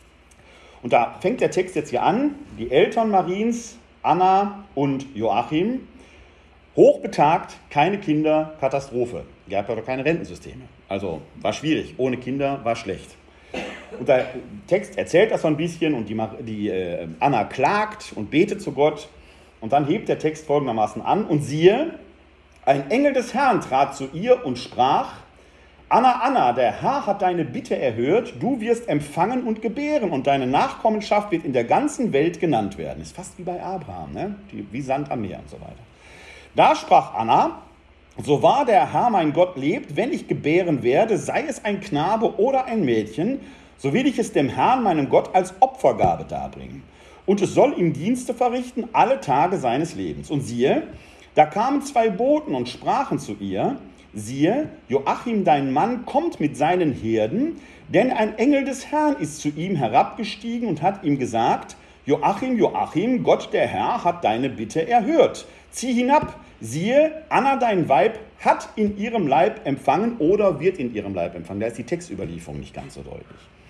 Und da fängt der Text jetzt hier an, die Eltern Mariens, Anna und Joachim, hochbetagt, keine Kinder, Katastrophe. Gab aber keine Rentensysteme. Also war schwierig, ohne Kinder war schlecht. Und der Text erzählt das so ein bisschen und die Anna klagt und betet zu Gott. Und dann hebt der Text folgendermaßen an und siehe, ein Engel des Herrn trat zu ihr und sprach, Anna, Anna, der Herr hat deine Bitte erhört, du wirst empfangen und gebären und deine Nachkommenschaft wird in der ganzen Welt genannt werden. Ist fast wie bei Abraham, ne? Wie Sand am Meer und so weiter. Da sprach Anna, so wahr der Herr mein Gott lebt, wenn ich gebären werde, sei es ein Knabe oder ein Mädchen, so will ich es dem Herrn meinem Gott als Opfergabe darbringen. Und es soll ihm Dienste verrichten alle Tage seines Lebens. Und siehe, da kamen 2 Boten und sprachen zu ihr, siehe, Joachim, dein Mann, kommt mit seinen Herden, denn ein Engel des Herrn ist zu ihm herabgestiegen und hat ihm gesagt, Joachim, Joachim, Gott der Herr hat deine Bitte erhört. Zieh hinab, siehe, Anna, dein Weib, hat in ihrem Leib empfangen oder wird in ihrem Leib empfangen. Da ist die Textüberlieferung nicht ganz so deutlich.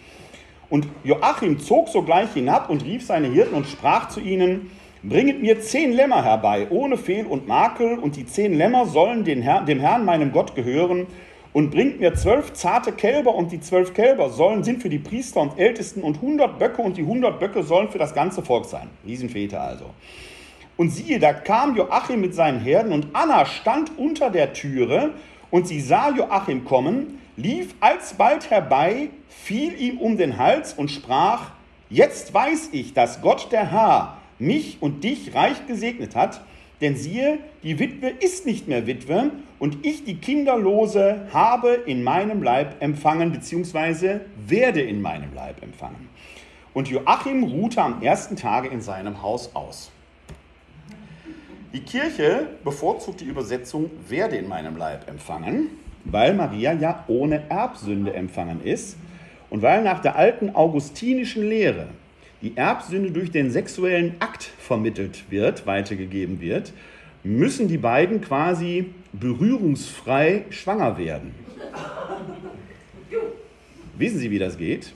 Und Joachim zog sogleich hinab und rief seine Hirten und sprach zu ihnen, bringet mir 10 Lämmer herbei, ohne Fehl und Makel, und die 10 Lämmer sollen dem Herrn, meinem Gott, gehören. Und bringt mir 12 zarte Kälber, und die 12 Kälber sind für die Priester und Ältesten, und 100 Böcke, und die 100 Böcke sollen für das ganze Volk sein. Riesenväter also. Und siehe, da kam Joachim mit seinen Herden, und Anna stand unter der Türe, und sie sah Joachim kommen, lief alsbald herbei, fiel ihm um den Hals und sprach, jetzt weiß ich, dass Gott der Herr mich und dich reich gesegnet hat, denn siehe, die Witwe ist nicht mehr Witwe und ich, die Kinderlose, habe in meinem Leib empfangen, beziehungsweise werde in meinem Leib empfangen. Und Joachim ruhte am ersten Tage in seinem Haus aus. Die Kirche bevorzugt die Übersetzung werde in meinem Leib empfangen, weil Maria ja ohne Erbsünde empfangen ist und weil nach der alten augustinischen Lehre die Erbsünde durch den sexuellen Akt vermittelt wird, weitergegeben wird, müssen die beiden quasi berührungsfrei schwanger werden. Wissen Sie, wie das geht?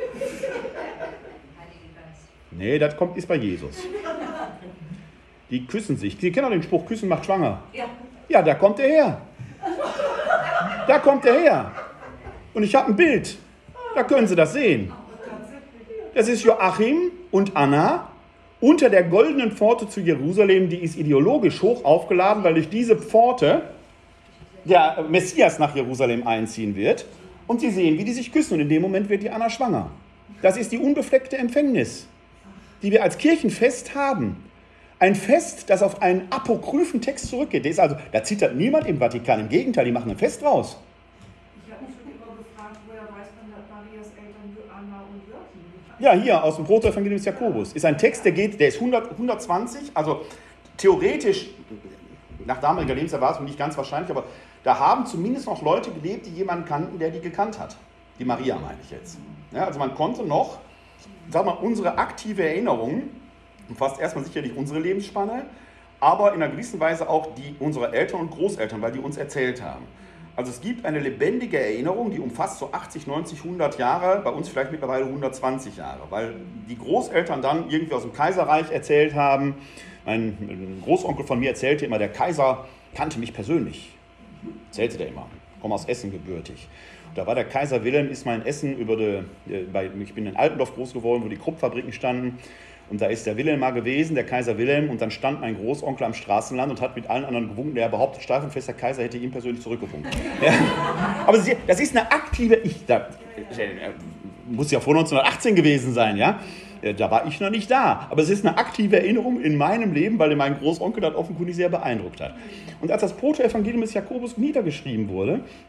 Nee, das ist bei Jesus. Die küssen sich. Sie kennen doch den Spruch, Küssen macht schwanger. Ja, da kommt er her. Da kommt er her. Und ich habe ein Bild. Da können Sie das sehen. Das ist Joachim und Anna unter der goldenen Pforte zu Jerusalem. Die ist ideologisch hoch aufgeladen, weil durch diese Pforte der Messias nach Jerusalem einziehen wird. Und Sie sehen, wie die sich küssen. Und in dem Moment wird die Anna schwanger. Das ist die unbefleckte Empfängnis, die wir als Kirchenfest haben. Ein Fest, das auf einen apokryphen Text zurückgeht. Da zittert niemand im Vatikan. Im Gegenteil, die machen ein Fest draus. Ich habe mich schon immer gefragt, woher weiß man, dass Marias Eltern Anna und Joachim? Ja, hier aus dem Protoevangelium des Jakobus. Ist ein Text, der ist 120, also theoretisch, nach damaliger Lebenserwartung nicht ganz wahrscheinlich, aber da haben zumindest noch Leute gelebt, die jemanden kannten, der die gekannt hat. Die Maria meine ich jetzt. Ja, also man konnte noch, unsere aktive Erinnerung, umfasst erstmal sicherlich unsere Lebensspanne, aber in einer gewissen Weise auch die unserer Eltern und Großeltern, weil die uns erzählt haben. Also es gibt eine lebendige Erinnerung, die umfasst so 80, 90, 100 Jahre, bei uns vielleicht mittlerweile 120 Jahre, weil die Großeltern dann irgendwie aus dem Kaiserreich erzählt haben. Mein Großonkel von mir erzählte immer, der Kaiser kannte mich persönlich, erzählte der immer, ich komme aus Essen gebürtig. Da war der Kaiser Wilhelm, ist mein Essen ich bin in Altendorf groß geworden, wo die Kruppfabriken standen. Und da ist der Wilhelm mal gewesen, der Kaiser Wilhelm, und dann stand mein Großonkel am Straßenrand und hat mit allen anderen gewunken, der behauptet, steifenfest, der Kaiser hätte ihm persönlich zurückgewunken. Ja. Aber das ist eine aktive, muss ja vor 1918 gewesen sein, ja. Da war ich noch nicht da. Aber es ist eine aktive Erinnerung in meinem Leben, weil mein Großonkel das offenkundig sehr beeindruckt hat. Und als das Protoevangelium des Jakobus niedergeschrieben wurde,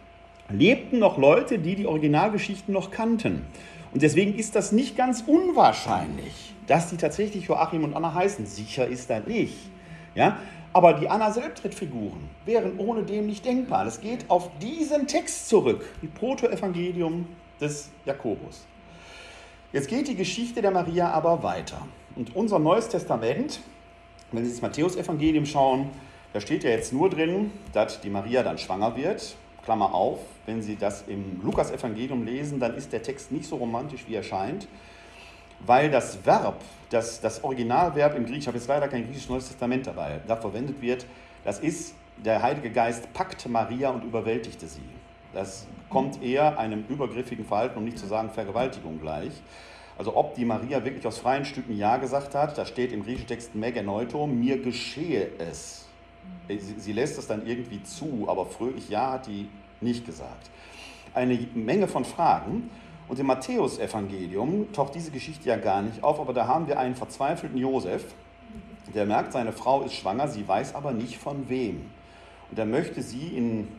lebten noch Leute, die die Originalgeschichten noch kannten. Und deswegen ist das nicht ganz unwahrscheinlich, dass die tatsächlich Joachim und Anna heißen. Sicher ist das nicht. Ja? Aber die Anna-Selbsttrittfiguren wären ohne dem nicht denkbar. Das geht auf diesen Text zurück, die Protoevangelium des Jakobus. Jetzt geht die Geschichte der Maria aber weiter. Und unser Neues Testament, wenn Sie das Matthäus-Evangelium schauen, da steht ja jetzt nur drin, dass die Maria dann schwanger wird. Klammer auf, wenn Sie das im Lukas-Evangelium lesen, dann ist der Text nicht so romantisch, wie er scheint, weil das Verb, das Originalverb im Griechischen, ich habe jetzt leider kein griechisches Neues Testament dabei, da verwendet wird, das ist, der Heilige Geist packte Maria und überwältigte sie. Das kommt eher einem übergriffigen Verhalten, um nicht zu sagen Vergewaltigung gleich. Also ob die Maria wirklich aus freien Stücken Ja gesagt hat, da steht im griechischen Text Megeneuto, mir geschehe es. Sie lässt es dann irgendwie zu, aber fröhlich Ja hat die nicht gesagt. Eine Menge von Fragen. Und im Matthäus-Evangelium taucht diese Geschichte ja gar nicht auf, aber da haben wir einen verzweifelten Josef, der merkt, seine Frau ist schwanger, sie weiß aber nicht von wem. Und er möchte sie in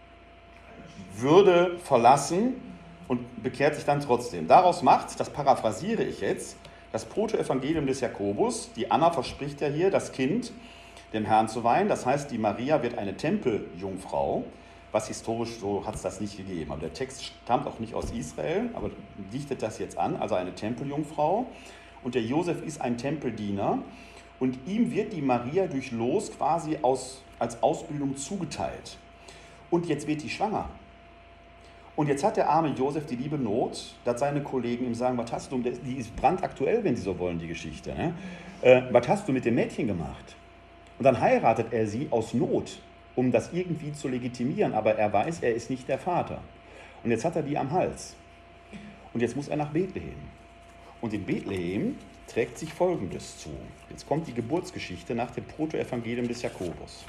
Würde verlassen und bekehrt sich dann trotzdem. Daraus macht, das paraphrasiere ich jetzt, das Protoevangelium des Jakobus. Die Anna verspricht ja hier, das Kind dem Herrn zu weihen. Das heißt, die Maria wird eine Tempeljungfrau, was historisch so hat es das nicht gegeben. Aber der Text stammt auch nicht aus Israel, aber dichtet das jetzt an, also eine Tempeljungfrau. Und der Josef ist ein Tempeldiener und ihm wird die Maria durch Los quasi als Ausbildung zugeteilt. Und jetzt wird die schwanger. Und jetzt hat der arme Josef die liebe Not, dass seine Kollegen ihm sagen, was hast du, die ist brandaktuell, wenn Sie so wollen, die Geschichte, ne? Was hast du mit dem Mädchen gemacht? Und dann heiratet er sie aus Not, um das irgendwie zu legitimieren, aber er weiß, er ist nicht der Vater. Und jetzt hat er die am Hals. Und jetzt muss er nach Bethlehem. Und in Bethlehem trägt sich Folgendes zu. Jetzt kommt die Geburtsgeschichte nach dem Protoevangelium des Jakobus.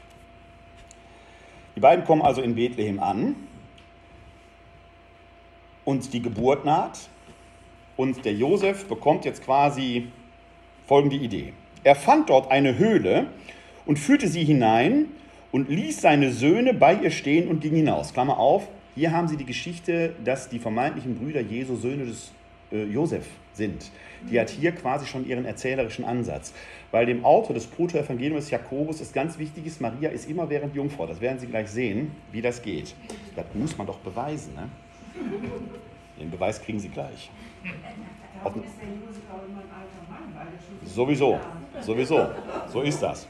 Die beiden kommen also in Bethlehem an und die Geburt naht. Und der Josef bekommt jetzt quasi folgende Idee. Er fand dort eine Höhle und führte sie hinein und ließ seine Söhne bei ihr stehen und ging hinaus. Klammer auf, hier haben Sie die Geschichte, dass die vermeintlichen Brüder Jesu Söhne des Josef sind. Die hat hier quasi schon ihren erzählerischen Ansatz. Weil dem Autor des Protoevangeliums Jakobus ist ganz wichtig ist, Maria ist immerwährend Jungfrau. Das werden Sie gleich sehen, wie das geht. Das muss man doch beweisen, ne? Den Beweis kriegen Sie gleich. Darum ist der Josef auch immer ein alter Mann, weil er schon Sowieso. So ist das.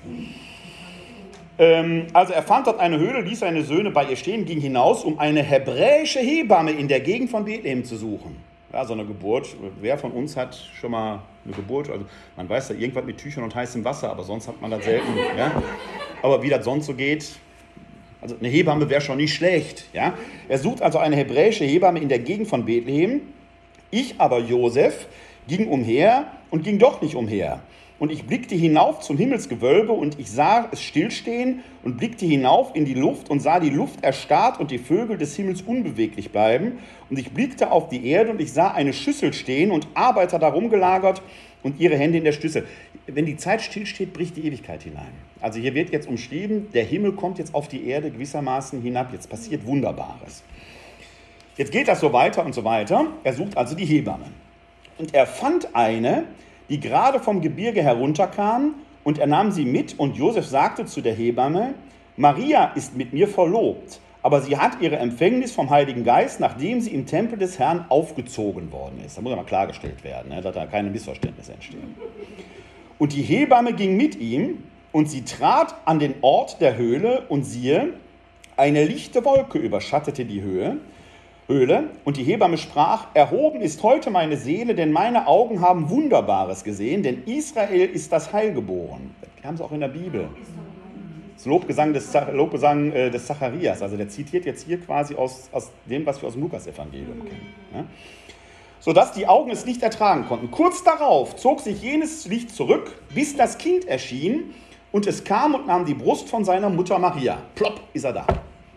Also er fand dort eine Höhle, ließ seine Söhne bei ihr stehen, ging hinaus, um eine hebräische Hebamme in der Gegend von Bethlehem zu suchen. Ja, so eine Geburt, wer von uns hat schon mal eine Geburt, also man weiß ja irgendwas mit Tüchern und heißem Wasser, aber sonst hat man das selten. Ja? Aber wie das sonst so geht, also eine Hebamme wäre schon nicht schlecht. Ja? Er sucht also eine hebräische Hebamme in der Gegend von Bethlehem. Ich aber, Josef, ging umher und ging doch nicht umher. Und ich blickte hinauf zum Himmelsgewölbe und ich sah es stillstehen und blickte hinauf in die Luft und sah die Luft erstarrt und die Vögel des Himmels unbeweglich bleiben. Und ich blickte auf die Erde und ich sah eine Schüssel stehen und Arbeiter darum gelagert und ihre Hände in der Schüssel. Wenn die Zeit stillsteht, bricht die Ewigkeit hinein. Also hier wird jetzt umschrieben, der Himmel kommt jetzt auf die Erde gewissermaßen hinab. Jetzt passiert Wunderbares. Jetzt geht das so weiter und so weiter. Er sucht also die Hebamme. Und er fand eine, die gerade vom Gebirge herunterkam, und er nahm sie mit, und Josef sagte zu der Hebamme, Maria ist mit mir verlobt, aber sie hat ihre Empfängnis vom Heiligen Geist, nachdem sie im Tempel des Herrn aufgezogen worden ist. Da muss ja mal klargestellt werden, dass da keine Missverständnisse entstehen. Und die Hebamme ging mit ihm, und sie trat an den Ort der Höhle, und siehe, eine lichte Wolke überschattete die Höhle, und die Hebamme sprach, erhoben ist heute meine Seele, denn meine Augen haben Wunderbares gesehen, denn Israel ist das Heil geboren. Das haben sie auch in der Bibel. Das Lobgesang des Zacharias, also der zitiert jetzt hier quasi aus dem, was wir aus dem Lukas-Evangelium kennen. Ja? Sodass die Augen es nicht ertragen konnten. Kurz darauf zog sich jenes Licht zurück, bis das Kind erschien, und es kam und nahm die Brust von seiner Mutter Maria. Plopp, ist er da.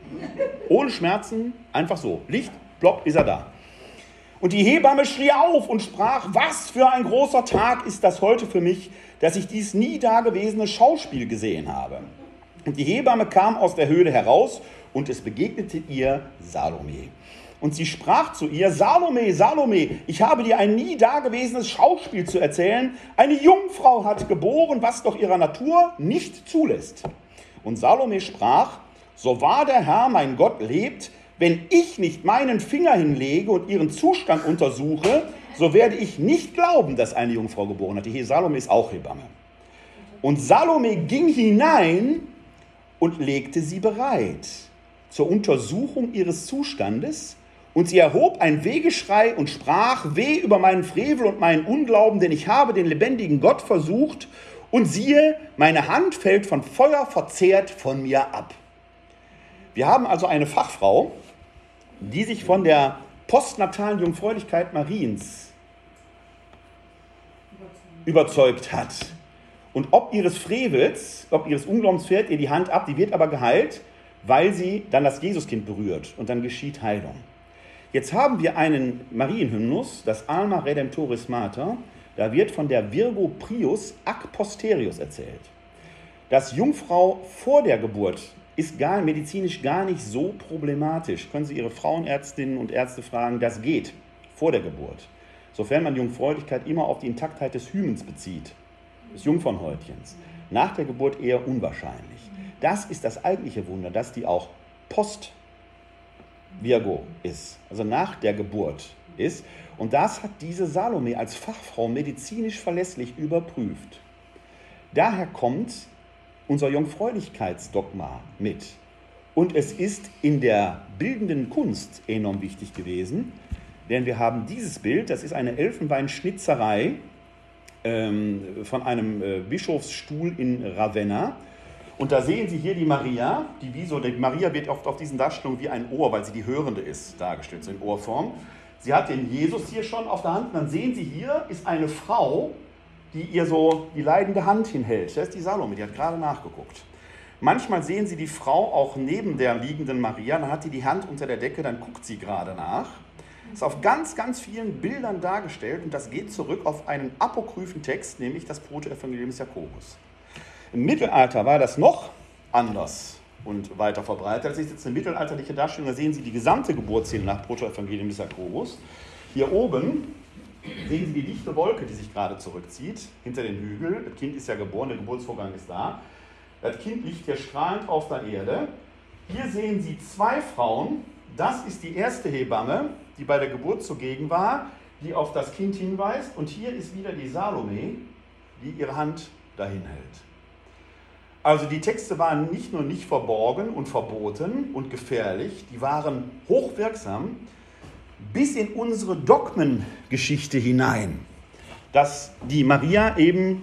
Ohne Schmerzen, einfach so. Licht, plopp, ist er da. Und die Hebamme schrie auf und sprach, was für ein großer Tag ist das heute für mich, dass ich dies nie dagewesene Schauspiel gesehen habe. Und die Hebamme kam aus der Höhle heraus und es begegnete ihr Salome. Und sie sprach zu ihr: Salome, Salome, ich habe dir ein nie dagewesenes Schauspiel zu erzählen. Eine Jungfrau hat geboren, was doch ihrer Natur nicht zulässt. Und Salome sprach: So wahr der Herr, mein Gott, lebt, wenn ich nicht meinen Finger hinlege und ihren Zustand untersuche, so werde ich nicht glauben, dass eine Jungfrau geboren hat. Die Salome ist auch Hebamme. Und Salome ging hinein und legte sie bereit zur Untersuchung ihres Zustandes. Und sie erhob ein Wehgeschrei und sprach: Weh über meinen Frevel und meinen Unglauben, denn ich habe den lebendigen Gott versucht, und siehe, meine Hand fällt von Feuer verzehrt von mir ab. Wir haben also eine Fachfrau, die sich von der postnatalen Jungfräulichkeit Mariens überzeugt hat. Und ob ihres Frevels, ob ihres Unglaubens fällt ihr die Hand ab, die wird aber geheilt, weil sie dann das Jesuskind berührt und dann geschieht Heilung. Jetzt haben wir einen Marienhymnus, das Alma Redemptoris Mater, da wird von der Virgo Prius ac posterius erzählt. Dass Jungfrau vor der Geburt ist medizinisch gar nicht so problematisch. Können Sie Ihre Frauenärztinnen und Ärzte fragen, das geht vor der Geburt. Sofern man Jungfräulichkeit immer auf die Intaktheit des Hymens bezieht, des Jungfernhäutchens. Nach der Geburt eher unwahrscheinlich. Das ist das eigentliche Wunder, dass die auch post-Virgo ist, also nach der Geburt ist. Und das hat diese Salome als Fachfrau medizinisch verlässlich überprüft. Daher kommt unser Jungfräulichkeitsdogma mit. Und es ist in der bildenden Kunst enorm wichtig gewesen, denn wir haben dieses Bild, das ist eine Elfenbeinschnitzerei von einem Bischofsstuhl in Ravenna. Und da sehen Sie hier die Maria, die Maria wird oft auf diesen Darstellungen wie ein Ohr, weil sie die Hörende ist, dargestellt, so in Ohrform. Sie hat den Jesus hier schon auf der Hand und dann sehen Sie, hier ist eine Frau, die ihr so die leidende Hand hinhält. Das ist die Salome, die hat gerade nachgeguckt. Manchmal sehen Sie die Frau auch neben der liegenden Maria, dann hat sie die Hand unter der Decke, dann guckt sie gerade nach. Das ist auf ganz, ganz vielen Bildern dargestellt und das geht zurück auf einen apokryphen Text, nämlich das Protoevangelium des Jakobus. Im Mittelalter war das noch anders und weiter verbreitet. Das ist jetzt eine mittelalterliche Darstellung, da sehen Sie die gesamte Geburtsszene nach Protoevangelium des Jakobus. Hier oben sehen Sie die dichte Wolke, die sich gerade zurückzieht, hinter den Hügel. Das Kind ist ja geboren, der Geburtsvorgang ist da. Das Kind liegt hier strahlend auf der Erde. Hier sehen Sie zwei Frauen. Das ist die erste Hebamme, die bei der Geburt zugegen war, die auf das Kind hinweist. Und hier ist wieder die Salome, die ihre Hand dahin hält. Also die Texte waren nicht nur nicht verborgen und verboten und gefährlich, die waren hochwirksam bis in unsere Dogmengeschichte hinein, dass die Maria eben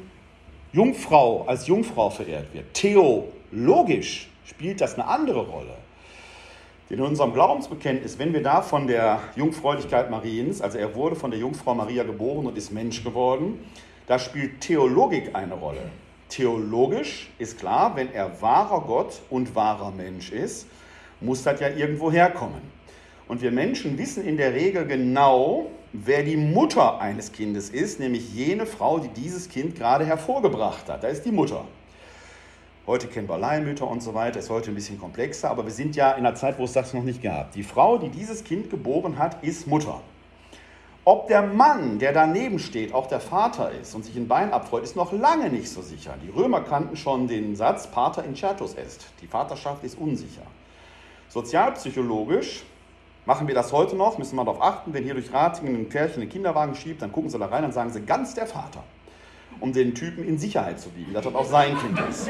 als Jungfrau verehrt wird. Theologisch spielt das eine andere Rolle. In unserem Glaubensbekenntnis, wenn wir da von der Jungfräulichkeit Mariens, also er wurde von der Jungfrau Maria geboren und ist Mensch geworden, da spielt Theologik eine Rolle. Theologisch ist klar, wenn er wahrer Gott und wahrer Mensch ist, muss das ja irgendwo herkommen. Und wir Menschen wissen in der Regel genau, wer die Mutter eines Kindes ist, nämlich jene Frau, die dieses Kind gerade hervorgebracht hat. Da ist die Mutter. Heute kennen wir Leihmütter und so weiter, ist heute ein bisschen komplexer, aber wir sind ja in einer Zeit, wo es das noch nicht gab. Die Frau, die dieses Kind geboren hat, ist Mutter. Ob der Mann, der daneben steht, auch der Vater ist und sich ein Bein abfreut, ist noch lange nicht so sicher. Die Römer kannten schon den Satz Pater incertus est. Die Vaterschaft ist unsicher. Sozialpsychologisch machen wir das heute noch, müssen wir darauf achten, wenn hier durch Ratingen ein Pärchen einen Kinderwagen schiebt, dann gucken sie da rein und sagen sie, ganz der Vater, um den Typen in Sicherheit zu wiegen, dass das auch sein Kind ist.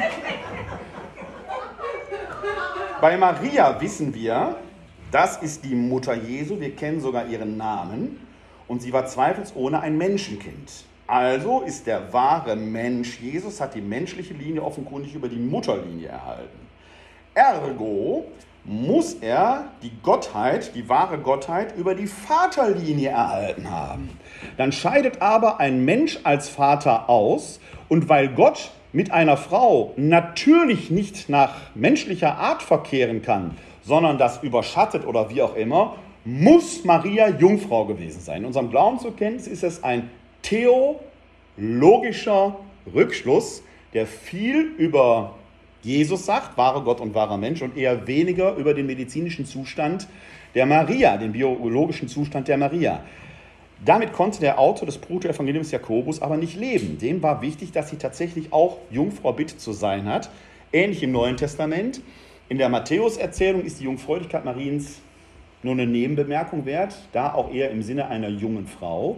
Bei Maria wissen wir, das ist die Mutter Jesu, wir kennen sogar ihren Namen und sie war zweifelsohne ein Menschenkind. Also ist der wahre Mensch Jesus, hat die menschliche Linie offenkundig über die Mutterlinie erhalten. Ergo muss er die Gottheit, die wahre Gottheit, über die Vaterlinie erhalten haben. Dann scheidet aber ein Mensch als Vater aus und weil Gott mit einer Frau natürlich nicht nach menschlicher Art verkehren kann, sondern das überschattet oder wie auch immer, muss Maria Jungfrau gewesen sein. In unserem Glaubensbekenntnis ist es ein theologischer Rückschluss, der viel über Jesus sagt, wahrer Gott und wahrer Mensch, und eher weniger über den medizinischen Zustand der Maria, den biologischen Zustand der Maria. Damit konnte der Autor des Protoevangeliums Jakobus aber nicht leben. Dem war wichtig, dass sie tatsächlich auch Jungfrau bitte zu sein hat. Ähnlich im Neuen Testament. In der Matthäus-Erzählung ist die Jungfräulichkeit Mariens nur eine Nebenbemerkung wert, da auch eher im Sinne einer jungen Frau.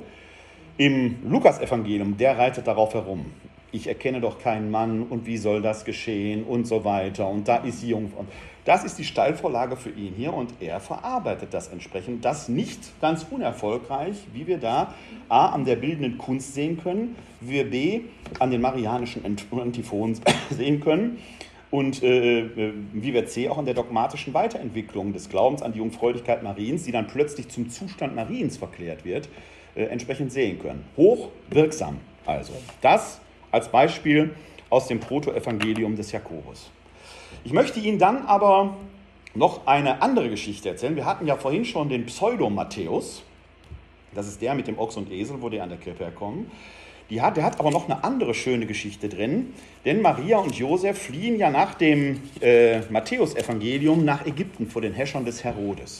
Im Lukas-Evangelium, der reitet darauf herum. Ich erkenne doch keinen Mann und wie soll das geschehen und so weiter. Und da ist die Jungfrau. Das ist die Steilvorlage für ihn hier und er verarbeitet das entsprechend. Das nicht ganz unerfolgreich, wie wir da A, an der bildenden Kunst sehen können, wie wir B, an den marianischen Antiphonen sehen können und wie wir C, auch an der dogmatischen Weiterentwicklung des Glaubens an die Jungfräulichkeit Mariens, die dann plötzlich zum Zustand Mariens verklärt wird, entsprechend sehen können. Hochwirksam also. Das als Beispiel aus dem Protoevangelium des Jakobus. Ich möchte Ihnen dann aber noch eine andere Geschichte erzählen. Wir hatten ja vorhin schon den Pseudo-Matthäus. Das ist der mit dem Ochs und Esel, wo die an der Krippe herkommen. Der hat aber noch eine andere schöne Geschichte drin. Denn Maria und Josef fliehen ja nach dem Matthäus-Evangelium nach Ägypten vor den Herrschern des Herodes.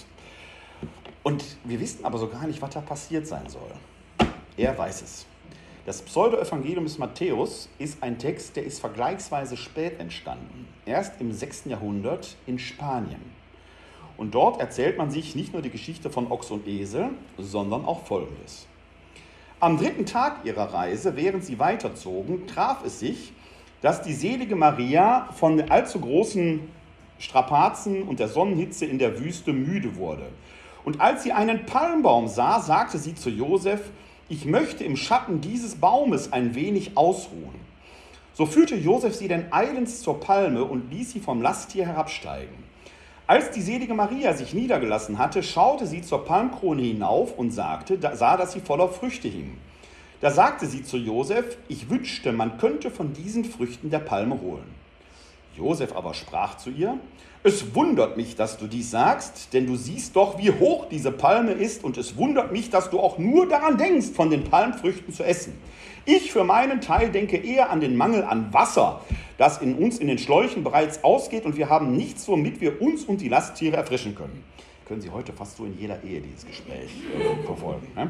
Und wir wissen aber so gar nicht, was da passiert sein soll. Er weiß es. Das Pseudo-Evangelium des Matthäus ist ein Text, der ist vergleichsweise spät entstanden. Erst im 6. Jahrhundert in Spanien. Und dort erzählt man sich nicht nur die Geschichte von Ochs und Esel, sondern auch Folgendes. Am 3. Tag ihrer Reise, während sie weiterzogen, traf es sich, dass die selige Maria von allzu großen Strapazen und der Sonnenhitze in der Wüste müde wurde. Und als sie einen Palmbaum sah, sagte sie zu Josef: Ich möchte im Schatten dieses Baumes ein wenig ausruhen. So führte Josef sie denn eilends zur Palme und ließ sie vom Lasttier herabsteigen. Als die selige Maria sich niedergelassen hatte, schaute sie zur Palmkrone hinauf und sah, dass sie voller Früchte hing. Da sagte sie zu Josef: Ich wünschte, man könnte von diesen Früchten der Palme holen. Josef aber sprach zu ihr: Es wundert mich, dass du dies sagst, denn du siehst doch, wie hoch diese Palme ist, und es wundert mich, dass du auch nur daran denkst, von den Palmfrüchten zu essen. Ich für meinen Teil denke eher an den Mangel an Wasser, das in uns in den Schläuchen bereits ausgeht, und wir haben nichts, womit wir uns und die Lasttiere erfrischen können. Können Sie heute fast so in jeder Ehe dieses Gespräch verfolgen. Ne?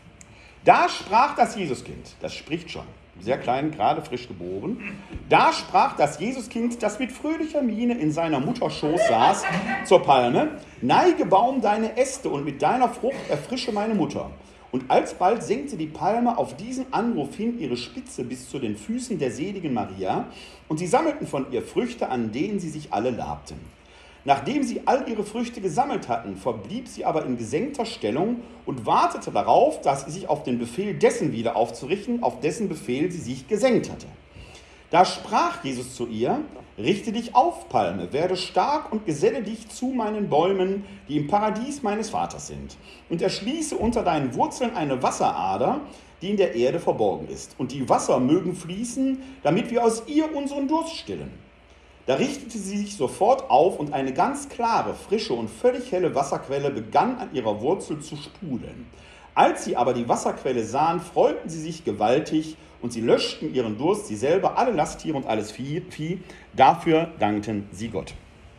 Da sprach das Jesuskind, das spricht schon, sehr klein, gerade frisch geboren. Da sprach das Jesuskind, das mit fröhlicher Miene in seiner Mutter Schoß saß, zur Palme: Neige, Baum, deine Äste, und mit deiner Frucht erfrische meine Mutter. Und alsbald senkte die Palme auf diesen Anruf hin ihre Spitze bis zu den Füßen der seligen Maria, und sie sammelten von ihr Früchte, an denen sie sich alle labten. Nachdem sie all ihre Früchte gesammelt hatten, verblieb sie aber in gesenkter Stellung und wartete darauf, dass sie sich auf den Befehl dessen wieder aufzurichten, auf dessen Befehl sie sich gesenkt hatte. Da sprach Jesus zu ihr: Richte dich auf, Palme, werde stark und geselle dich zu meinen Bäumen, die im Paradies meines Vaters sind, und erschließe unter deinen Wurzeln eine Wasserader, die in der Erde verborgen ist, und die Wasser mögen fließen, damit wir aus ihr unseren Durst stillen. Da richtete sie sich sofort auf, und eine ganz klare, frische und völlig helle Wasserquelle begann an ihrer Wurzel zu sprudeln. Als sie aber die Wasserquelle sahen, freuten sie sich gewaltig, und sie löschten ihren Durst, sie selber, alle Lasttiere und alles Vieh. Dafür dankten sie Gott.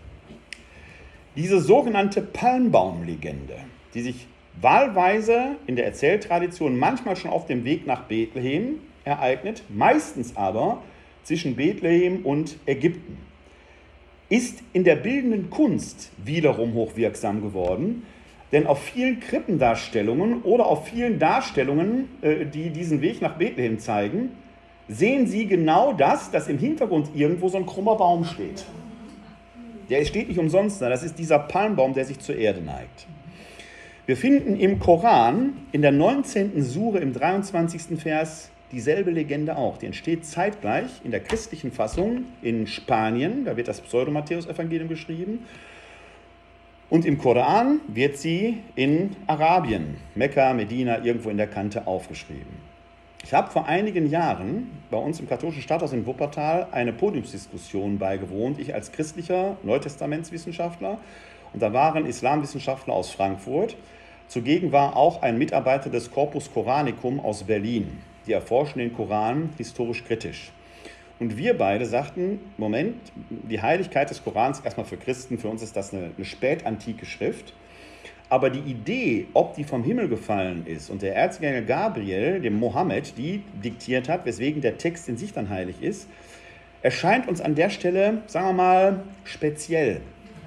Diese sogenannte Palmbaumlegende, die sich wahlweise in der Erzähltradition manchmal schon auf dem Weg nach Bethlehem ereignet, meistens aber zwischen Bethlehem und Ägypten, ist in der bildenden Kunst wiederum hochwirksam geworden, denn auf vielen Krippendarstellungen oder auf vielen Darstellungen, die diesen Weg nach Bethlehem zeigen, sehen Sie genau das, dass im Hintergrund irgendwo so ein krummer Baum steht. Der steht nicht umsonst da, das ist dieser Palmbaum, der sich zur Erde neigt. Wir finden im Koran, in der 19. Sure, im 23. Vers, dieselbe Legende auch. Die entsteht zeitgleich in der christlichen Fassung in Spanien, da wird das Pseudo-Matthäus-Evangelium geschrieben, und im Koran wird sie in Arabien, Mekka, Medina, irgendwo in der Kante aufgeschrieben. Ich habe vor einigen Jahren bei uns im katholischen Stadthaus in Wuppertal eine Podiumsdiskussion beigewohnt, ich als christlicher Neutestamentswissenschaftler, und da waren Islamwissenschaftler aus Frankfurt. Zugegen war auch ein Mitarbeiter des Corpus Coranicum aus Berlin. Die erforschen den Koran historisch kritisch. Und wir beide sagten, Moment, die Heiligkeit des Korans, erstmal für Christen, für uns ist das eine spätantike Schrift. Aber die Idee, ob die vom Himmel gefallen ist und der Erzengel Gabriel, dem Mohammed, die diktiert hat, weswegen der Text in sich dann heilig ist, erscheint uns an der Stelle, sagen wir mal, speziell.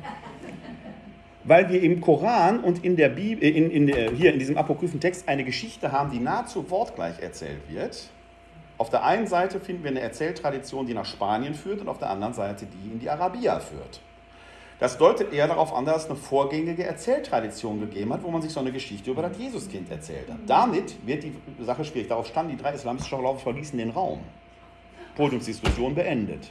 Weil wir im Koran und in der Bibel, hier in diesem apokryphen Text eine Geschichte haben, die nahezu wortgleich erzählt wird. Auf der einen Seite finden wir eine Erzähltradition, die nach Spanien führt, und auf der anderen Seite die in die Arabia führt. Das deutet eher darauf an, dass es eine vorgängige Erzähltradition gegeben hat, wo man sich so eine Geschichte über das Jesuskind erzählt hat. Damit wird die Sache schwierig. Darauf standen die 3 islamischen Schauläufe, verließen den Raum. Podiumsdiskussion beendet.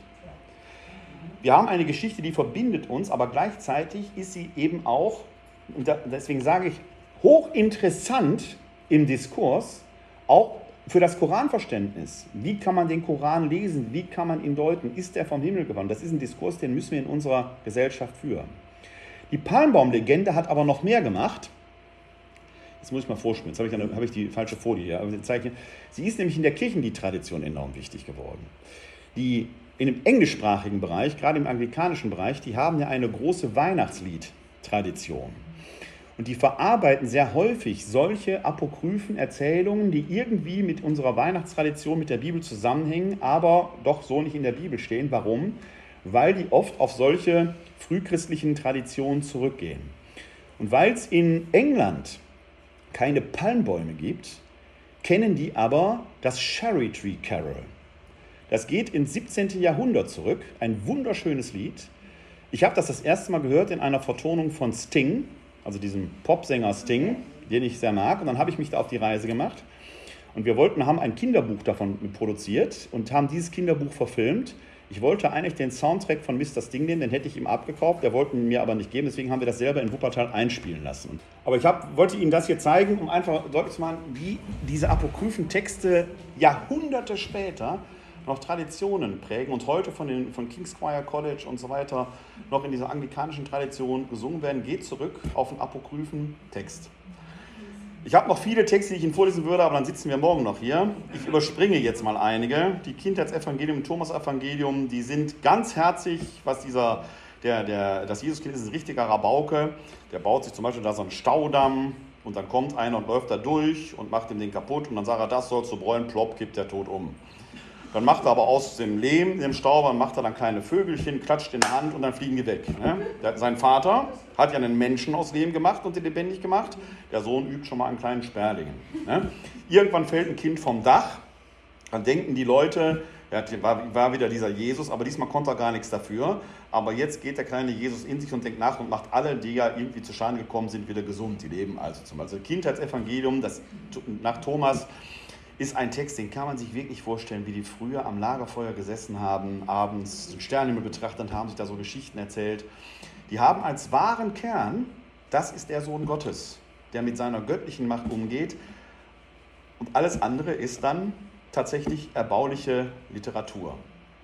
Wir haben eine Geschichte, die verbindet uns, aber gleichzeitig ist sie eben auch, und deswegen sage ich, hochinteressant im Diskurs, auch für das Koranverständnis. Wie kann man den Koran lesen? Wie kann man ihn deuten? Ist er vom Himmel gefallen? Das ist ein Diskurs, den müssen wir in unserer Gesellschaft führen. Die Palmbaumlegende hat aber noch mehr gemacht. Jetzt muss ich mal vorspielen. Jetzt habe ich die falsche Folie hier. Aber sie ist nämlich in der Kirchenliedtradition enorm wichtig geworden. Die in dem englischsprachigen Bereich, gerade im anglikanischen Bereich, die haben ja eine große Weihnachtsliedtradition. Und die verarbeiten sehr häufig solche apokryphen Erzählungen, die irgendwie mit unserer Weihnachtstradition, mit der Bibel zusammenhängen, aber doch so nicht in der Bibel stehen. Warum? Weil die oft auf solche frühchristlichen Traditionen zurückgehen. Und weil es in England keine Palmbäume gibt, kennen die aber das Cherry Tree Carol. Das geht ins 17. Jahrhundert zurück, ein wunderschönes Lied. Ich habe das erste Mal gehört in einer Vertonung von Sting, also diesem Popsänger Sting, den ich sehr mag. Und dann habe ich mich da auf die Reise gemacht. Und wir haben ein Kinderbuch davon produziert und haben dieses Kinderbuch verfilmt. Ich wollte eigentlich den Soundtrack von Mr. Sting nehmen, den hätte ich ihm abgekauft, der wollte ihn mir aber nicht geben, deswegen haben wir das selber in Wuppertal einspielen lassen. Aber ich wollte Ihnen das hier zeigen, um einfach deutlich zu machen, wie diese apokryphen Texte Jahrhunderte später noch Traditionen prägen und heute von King's Choir College und so weiter noch in dieser anglikanischen Tradition gesungen werden, geht zurück auf einen apokryphen Text. Ich habe noch viele Texte, die ich Ihnen vorlesen würde, aber dann sitzen wir morgen noch hier. Ich überspringe jetzt mal einige. Die Kindheitsevangelium, Thomas-Evangelium, die sind ganz herzig, was das Jesuskind ist ein richtiger Rabauke. Der baut sich zum Beispiel da so einen Staudamm und dann kommt einer und läuft da durch und macht ihm den kaputt und dann sagt er, das sollst du bräunen, plopp, kippt der tot um. Dann macht er aber aus dem Lehm, dem Staubern, macht er dann kleine Vögelchen, klatscht in der Hand und dann fliegen die weg. Ne? Sein Vater hat ja einen Menschen aus Lehm gemacht und den lebendig gemacht. Der Sohn übt schon mal an kleinen Sperlingen. Ne? Irgendwann fällt ein Kind vom Dach. Dann denken die Leute, war wieder dieser Jesus, aber diesmal konnte er gar nichts dafür. Aber jetzt geht der kleine Jesus in sich und denkt nach und macht alle, die ja irgendwie zu Schaden gekommen sind, wieder gesund. Die leben also zum Beispiel. Kindheitsevangelium, das nach Thomas, ist ein Text, den kann man sich wirklich vorstellen, wie die früher am Lagerfeuer gesessen haben, abends den Sternenhimmel betrachtet und haben sich da so Geschichten erzählt. Die haben als wahren Kern, das ist der Sohn Gottes, der mit seiner göttlichen Macht umgeht. Und alles andere ist dann tatsächlich erbauliche Literatur.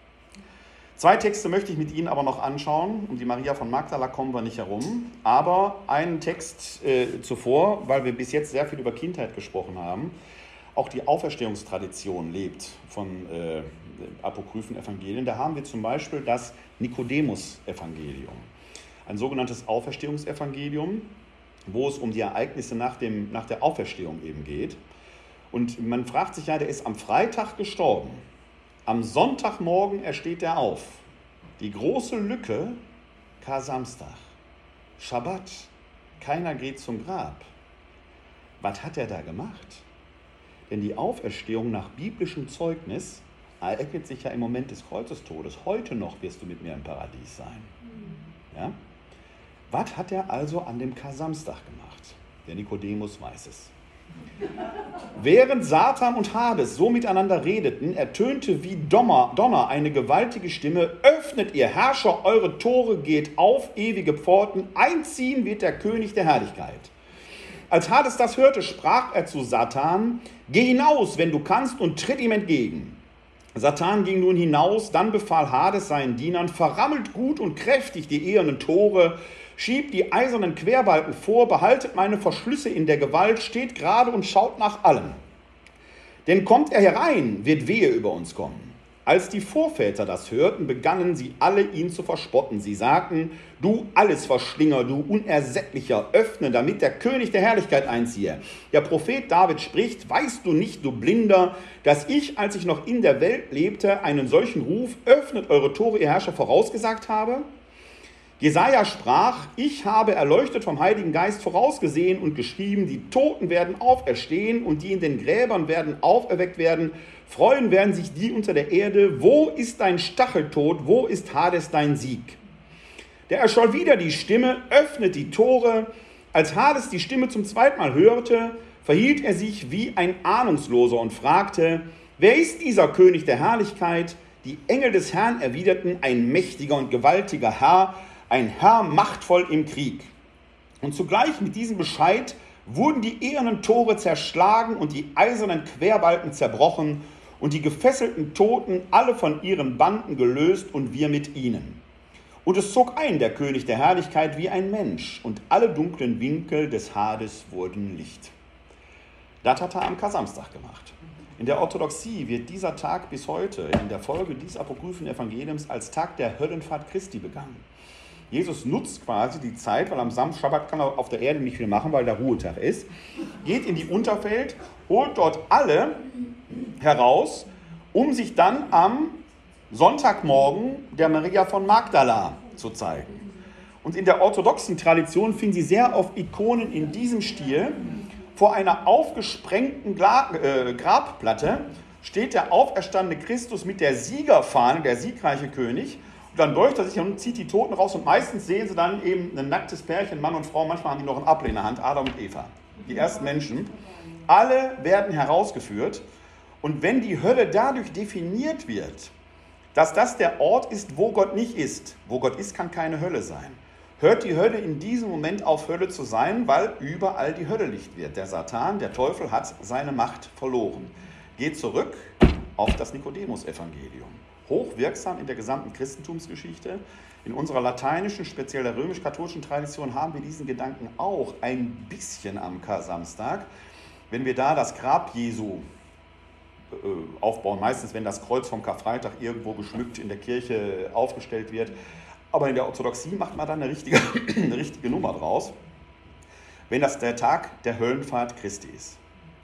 2 Texte möchte ich mit Ihnen aber noch anschauen. Um die Maria von Magdala kommen wir nicht herum. Aber einen Text zuvor, weil wir bis jetzt sehr viel über Kindheit gesprochen haben. Auch die Auferstehungstradition lebt von apokryphen Evangelien. Da haben wir zum Beispiel das Nikodemus-Evangelium. Ein sogenanntes Auferstehungsevangelium, wo es um die Ereignisse nach der Auferstehung eben geht. Und man fragt sich ja, der ist am Freitag gestorben. Am Sonntagmorgen ersteht er auf. Die große Lücke, Kar-Samstag, Schabbat, keiner geht zum Grab. Was hat er da gemacht? Denn die Auferstehung nach biblischem Zeugnis ereignet sich ja im Moment des Kreuzestodes. Heute noch wirst du mit mir im Paradies sein. Ja? Was hat er also an dem Kar-Samstag gemacht? Der Nikodemus weiß es. Während Satan und Hades so miteinander redeten, ertönte wie Donner eine gewaltige Stimme: Öffnet ihr Herrscher eure Tore, geht auf, ewige Pforten, einziehen wird der König der Herrlichkeit. Als Hades das hörte, sprach er zu Satan: Geh hinaus, wenn du kannst, und tritt ihm entgegen. Satan ging nun hinaus, dann befahl Hades seinen Dienern: Verrammelt gut und kräftig die ehernen Tore, schiebt die eisernen Querbalken vor, behaltet meine Verschlüsse in der Gewalt, steht gerade und schaut nach allem. Denn kommt er herein, wird Wehe über uns kommen. Als die Vorväter das hörten, begannen sie alle, ihn zu verspotten. Sie sagten: Du Allesverschlinger, du Unersättlicher, öffne, damit der König der Herrlichkeit einziehe. Der Prophet David spricht: Weißt du nicht, du Blinder, dass ich, als ich noch in der Welt lebte, einen solchen Ruf: Öffnet eure Tore, ihr Herrscher, vorausgesagt habe? Jesaja sprach: Ich habe erleuchtet vom Heiligen Geist vorausgesehen und geschrieben, die Toten werden auferstehen und die in den Gräbern werden auferweckt werden. Freuen werden sich die unter der Erde. Wo ist dein Stacheltod? Wo ist Hades dein Sieg? Der erscholl wieder die Stimme: Öffnet die Tore. Als Hades die Stimme zum zweiten Mal hörte, verhielt er sich wie ein Ahnungsloser und fragte: Wer ist dieser König der Herrlichkeit? Die Engel des Herrn erwiderten: Ein mächtiger und gewaltiger Herr, ein Herr machtvoll im Krieg. Und zugleich mit diesem Bescheid wurden die ehernen Tore zerschlagen und die eisernen Querbalken zerbrochen und die gefesselten Toten alle von ihren Banden gelöst und wir mit ihnen. Und es zog ein der König der Herrlichkeit wie ein Mensch und alle dunklen Winkel des Hades wurden Licht. Das hat er am Kar-Samstag gemacht. In der Orthodoxie wird dieser Tag bis heute in der Folge dieses apokryphen Evangeliums als Tag der Höllenfahrt Christi begangen. Jesus nutzt quasi die Zeit, weil am Sabbat kann er auf der Erde nicht viel machen, weil der Ruhetag ist, geht in die Unterwelt, holt dort alle heraus, um sich dann am Sonntagmorgen der Maria von Magdala zu zeigen. Und in der orthodoxen Tradition finden Sie sehr oft Ikonen in diesem Stil. Vor einer aufgesprengten Grabplatte steht der auferstandene Christus mit der Siegerfahne, der siegreiche König. Und dann beugt er sich und zieht die Toten raus und meistens sehen sie dann eben ein nacktes Pärchen, Mann und Frau, manchmal haben die noch einen Apfel in der Hand, Adam und Eva, die ersten Menschen. Alle werden herausgeführt und wenn die Hölle dadurch definiert wird, dass das der Ort ist, wo Gott nicht ist, wo Gott ist, kann keine Hölle sein, hört die Hölle in diesem Moment auf, Hölle zu sein, weil überall die Hölle Licht wird. Der Satan, der Teufel hat seine Macht verloren. Geht zurück auf das Nikodemus-Evangelium. Hochwirksam in der gesamten Christentumsgeschichte. In unserer lateinischen, speziell der römisch-katholischen Tradition haben wir diesen Gedanken auch ein bisschen am Kar-Samstag. Wenn wir da das Grab Jesu aufbauen, meistens wenn das Kreuz vom Karfreitag irgendwo geschmückt in der Kirche aufgestellt wird, aber in der Orthodoxie macht man dann eine richtige Nummer draus, wenn das der Tag der Höllenfahrt Christi ist.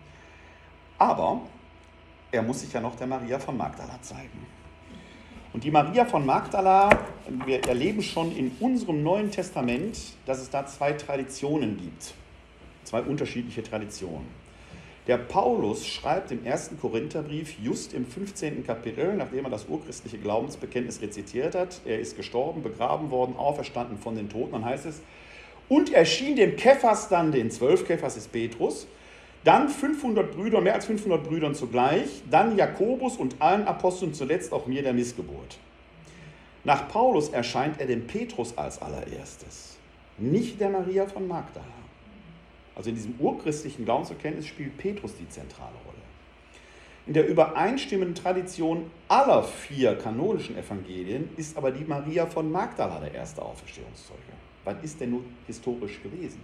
Aber er muss sich ja noch der Maria von Magdala zeigen. Und die Maria von Magdala, wir erleben schon in unserem Neuen Testament, dass es da zwei Traditionen gibt, zwei unterschiedliche Traditionen. Der Paulus schreibt im 1. Korintherbrief, just im 15. Kapitel, nachdem er das urchristliche Glaubensbekenntnis rezitiert hat, er ist gestorben, begraben worden, auferstanden von den Toten, dann heißt es: Und erschien dem Kephas dann, den 12, Kephas ist Petrus, dann 500 Brüder, mehr als 500 Brüdern zugleich, dann Jakobus und allen Aposteln, zuletzt auch mir, der Missgeburt. Nach Paulus erscheint er dem Petrus als allererstes, nicht der Maria von Magdala. Also in diesem urchristlichen Glaubensbekenntnis spielt Petrus die zentrale Rolle. In der übereinstimmenden Tradition aller 4 kanonischen Evangelien ist aber die Maria von Magdala der erste Auferstehungszeuge. Was ist denn nun historisch gewesen?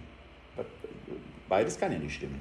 Beides kann ja nicht stimmen.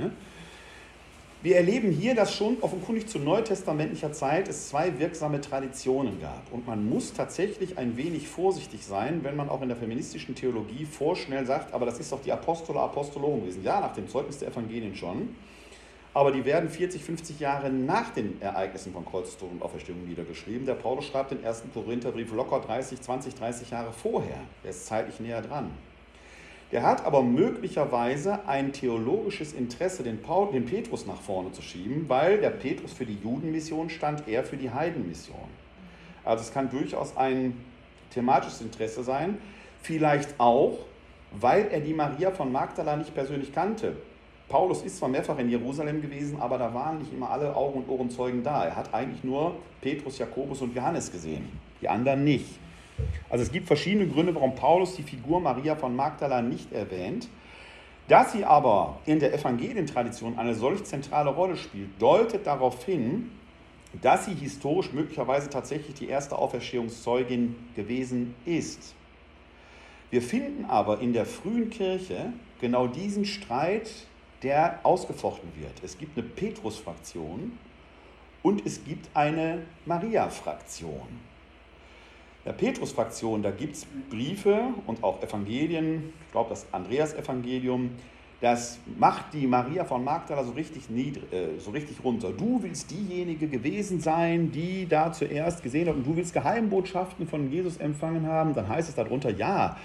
Wir erleben hier, dass schon offenkundig zu neutestamentlicher Zeit es 2 wirksame Traditionen gab. Und man muss tatsächlich ein wenig vorsichtig sein, wenn man auch in der feministischen Theologie vorschnell sagt, aber das ist doch die Apostolorum gewesen. Ja, nach dem Zeugnis der Evangelien schon. Aber die werden 40, 50 Jahre nach den Ereignissen von Kreuz, Tod und Auferstehung niedergeschrieben. Der Paulus schreibt den 1. Korintherbrief locker 20, 30 Jahre vorher. Der ist zeitlich näher dran. Der hat aber möglicherweise ein theologisches Interesse, den Petrus nach vorne zu schieben, weil der Petrus für die Judenmission stand, er für die Heidenmission. Also es kann durchaus ein thematisches Interesse sein, vielleicht auch, weil er die Maria von Magdala nicht persönlich kannte. Paulus ist zwar mehrfach in Jerusalem gewesen, aber da waren nicht immer alle Augen- und Ohrenzeugen da. Er hat eigentlich nur Petrus, Jakobus und Johannes gesehen, die anderen nicht. Also es gibt verschiedene Gründe, warum Paulus die Figur Maria von Magdala nicht erwähnt. Dass sie aber in der Evangelientradition eine solch zentrale Rolle spielt, deutet darauf hin, dass sie historisch möglicherweise tatsächlich die erste Auferstehungszeugin gewesen ist. Wir finden aber in der frühen Kirche genau diesen Streit, der ausgefochten wird. Es gibt eine Petrus-Fraktion und es gibt eine Maria-Fraktion. Der Petrus-Fraktion, da gibt es Briefe und auch Evangelien, ich glaube das Andreas-Evangelium, das macht die Maria von Magdala so richtig runter. Du willst diejenige gewesen sein, die da zuerst gesehen hat und du willst Geheimbotschaften von Jesus empfangen haben. Dann heißt es darunter, ja,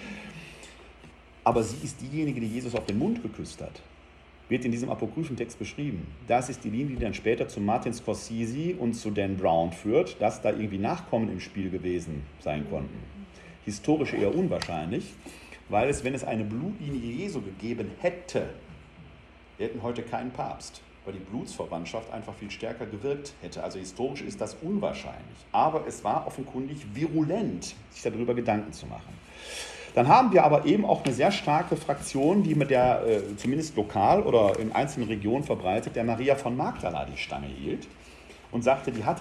aber sie ist diejenige, die Jesus auf den Mund geküsst hat. Wird in diesem apokryphen Text beschrieben. Das ist die Linie, die dann später zu Martin Scorsese und zu Dan Brown führt, dass da irgendwie Nachkommen im Spiel gewesen sein konnten. Historisch eher unwahrscheinlich, weil es, wenn es eine Blutlinie Jesu gegeben hätte, wir hätten heute keinen Papst, weil die Blutsverwandtschaft einfach viel stärker gewirkt hätte. Also historisch ist das unwahrscheinlich. Aber es war offenkundig virulent, sich darüber Gedanken zu machen. Dann haben wir aber eben auch eine sehr starke Fraktion, die mit der, zumindest lokal oder in einzelnen Regionen verbreitet, der Maria von Magdala die Stange hielt und sagte, die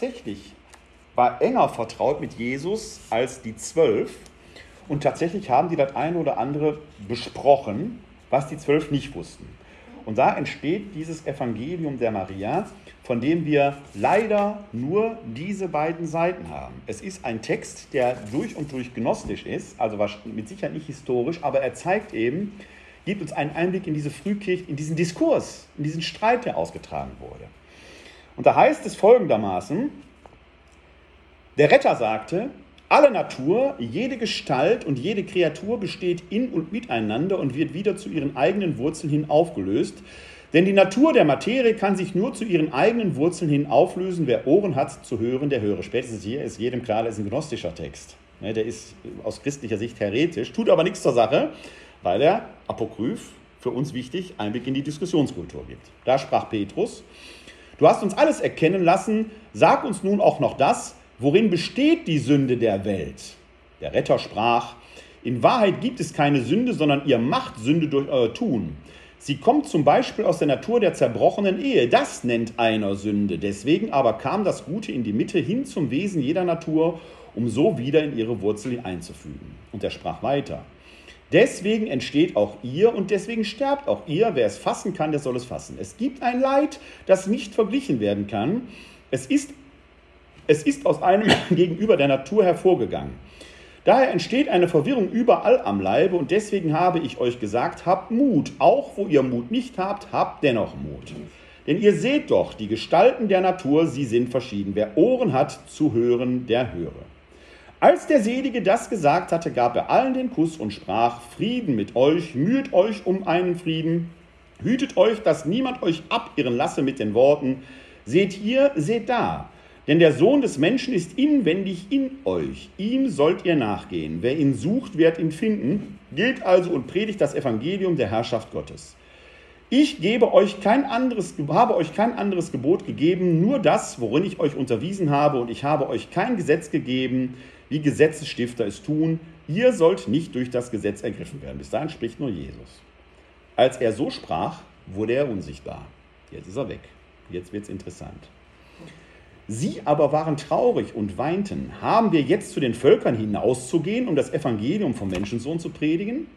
war enger vertraut mit Jesus als die 12 und tatsächlich haben die das eine oder andere besprochen, was die 12 nicht wussten. Und da entsteht dieses Evangelium der Maria, von dem wir leider nur diese beiden Seiten haben. Es ist ein Text, der durch und durch gnostisch ist, also mit Sicherheit nicht historisch, aber er gibt uns einen Einblick in diese Frühkirche, in diesen Diskurs, in diesen Streit, der ausgetragen wurde. Und da heißt es folgendermaßen, der Retter sagte, alle Natur, jede Gestalt und jede Kreatur besteht in und miteinander und wird wieder zu ihren eigenen Wurzeln hin aufgelöst. Denn die Natur der Materie kann sich nur zu ihren eigenen Wurzeln hin auflösen. Wer Ohren hat zu hören, der höre. Spätestens hier ist jedem klar, das ist ein gnostischer Text. Der ist aus christlicher Sicht heretisch, tut aber nichts zur Sache, weil er apokryph, für uns wichtig, Einblick in die Diskussionskultur gibt. Da sprach Petrus, du hast uns alles erkennen lassen, sag uns nun auch noch das, worin besteht die Sünde der Welt? Der Retter sprach, in Wahrheit gibt es keine Sünde, sondern ihr macht Sünde durch euer Tun. Sie kommt zum Beispiel aus der Natur der zerbrochenen Ehe. Das nennt einer Sünde. Deswegen aber kam das Gute in die Mitte hin zum Wesen jeder Natur, um so wieder in ihre Wurzel einzufügen. Und er sprach weiter. Deswegen entsteht auch ihr und deswegen sterbt auch ihr. Wer es fassen kann, der soll es fassen. Es gibt ein Leid, das nicht verglichen werden kann. Es ist aus einem gegenüber der Natur hervorgegangen. Daher entsteht eine Verwirrung überall am Leibe und deswegen habe ich euch gesagt, habt Mut. Auch wo ihr Mut nicht habt, habt dennoch Mut. Denn ihr seht doch, die Gestalten der Natur, sie sind verschieden. Wer Ohren hat zu hören, der höre. Als der Selige das gesagt hatte, gab er allen den Kuss und sprach, Frieden mit euch, müht euch um einen Frieden, hütet euch, dass niemand euch abirren lasse mit den Worten, seht hier, seht da. Denn der Sohn des Menschen ist inwendig in euch. Ihm sollt ihr nachgehen. Wer ihn sucht, wird ihn finden. Geht also und predigt das Evangelium der Herrschaft Gottes. Ich habe euch kein anderes Gebot gegeben, nur das, worin ich euch unterwiesen habe. Und ich habe euch kein Gesetz gegeben, wie Gesetzesstifter es tun. Ihr sollt nicht durch das Gesetz ergriffen werden. Bis dahin spricht nur Jesus. Als er so sprach, wurde er unsichtbar. Jetzt ist er weg. Jetzt wird es interessant. Sie aber waren traurig und weinten. Haben wir jetzt zu den Völkern hinauszugehen, um das Evangelium vom Menschensohn zu predigen?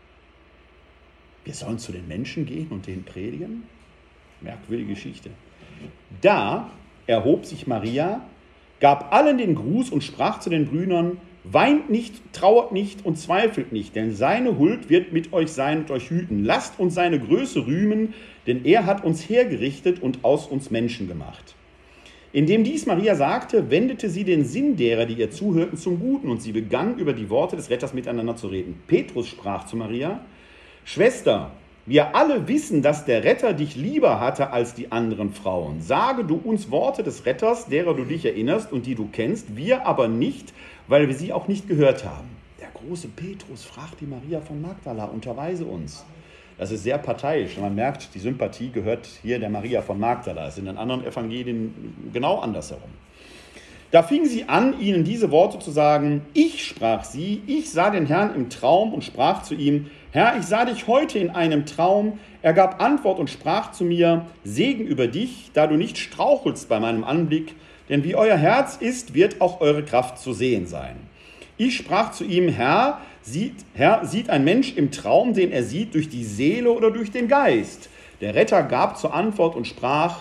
Wir sollen zu den Menschen gehen und denen predigen? Merkwürdige Geschichte. Da erhob sich Maria, gab allen den Gruß und sprach zu den Brüdern, weint nicht, trauert nicht und zweifelt nicht, denn seine Huld wird mit euch sein und euch hüten. Lasst uns seine Größe rühmen, denn er hat uns hergerichtet und aus uns Menschen gemacht. Indem dies Maria sagte, wendete sie den Sinn derer, die ihr zuhörten, zum Guten und sie begann, über die Worte des Retters miteinander zu reden. Petrus sprach zu Maria, Schwester, wir alle wissen, dass der Retter dich lieber hatte als die anderen Frauen. Sage du uns Worte des Retters, derer du dich erinnerst und die du kennst, wir aber nicht, weil wir sie auch nicht gehört haben. Der große Petrus fragt die Maria von Magdala, unterweise uns. Das ist sehr parteiisch. Man merkt, die Sympathie gehört hier der Maria von Magdala. Es ist in den anderen Evangelien genau andersherum. Da fing sie an, ihnen diese Worte zu sagen. Ich, sprach sie, ich sah den Herrn im Traum und sprach zu ihm, Herr, ich sah dich heute in einem Traum. Er gab Antwort und sprach zu mir, Segen über dich, da du nicht strauchelst bei meinem Anblick, denn wie euer Herz ist, wird auch eure Kraft zu sehen sein. Ich sprach zu ihm, Herr, sieht ein Mensch im Traum, den er sieht, durch die Seele oder durch den Geist? Der Retter gab zur Antwort und sprach,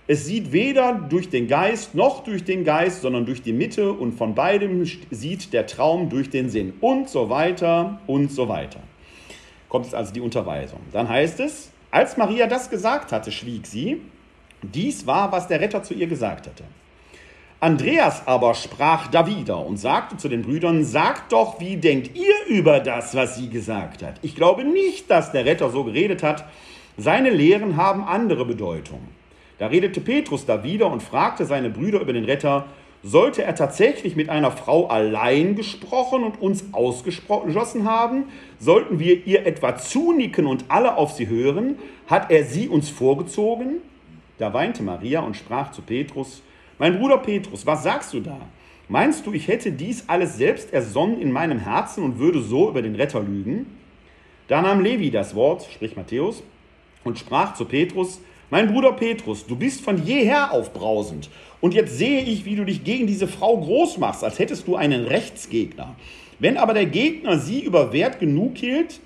Es sieht weder durch den Geist noch durch den Geist, sondern durch die Mitte und von beidem sieht der Traum durch den Sinn und so weiter und so weiter. Kommt jetzt also die Unterweisung. Dann heißt es, als Maria das gesagt hatte, schwieg sie. Dies war, was der Retter zu ihr gesagt hatte. Andreas aber sprach dawider und sagte zu den Brüdern, sagt doch, wie denkt ihr über das, was sie gesagt hat? Ich glaube nicht, dass der Retter so geredet hat. Seine Lehren haben andere Bedeutung. Da redete Petrus dawider und fragte seine Brüder über den Retter, sollte er tatsächlich mit einer Frau allein gesprochen und uns ausgeschlossen haben? Sollten wir ihr etwa zunicken und alle auf sie hören? Hat er sie uns vorgezogen? Da weinte Maria und sprach zu Petrus, mein Bruder Petrus, was sagst du da? Meinst du, ich hätte dies alles selbst ersonnen in meinem Herzen und würde so über den Retter lügen? Da nahm Levi das Wort, sprich Matthäus, und sprach zu Petrus, mein Bruder Petrus, du bist von jeher aufbrausend. Und jetzt sehe ich, wie du dich gegen diese Frau groß machst, als hättest du einen Rechtsgegner. Wenn aber der Retter sie über wert genug hielt,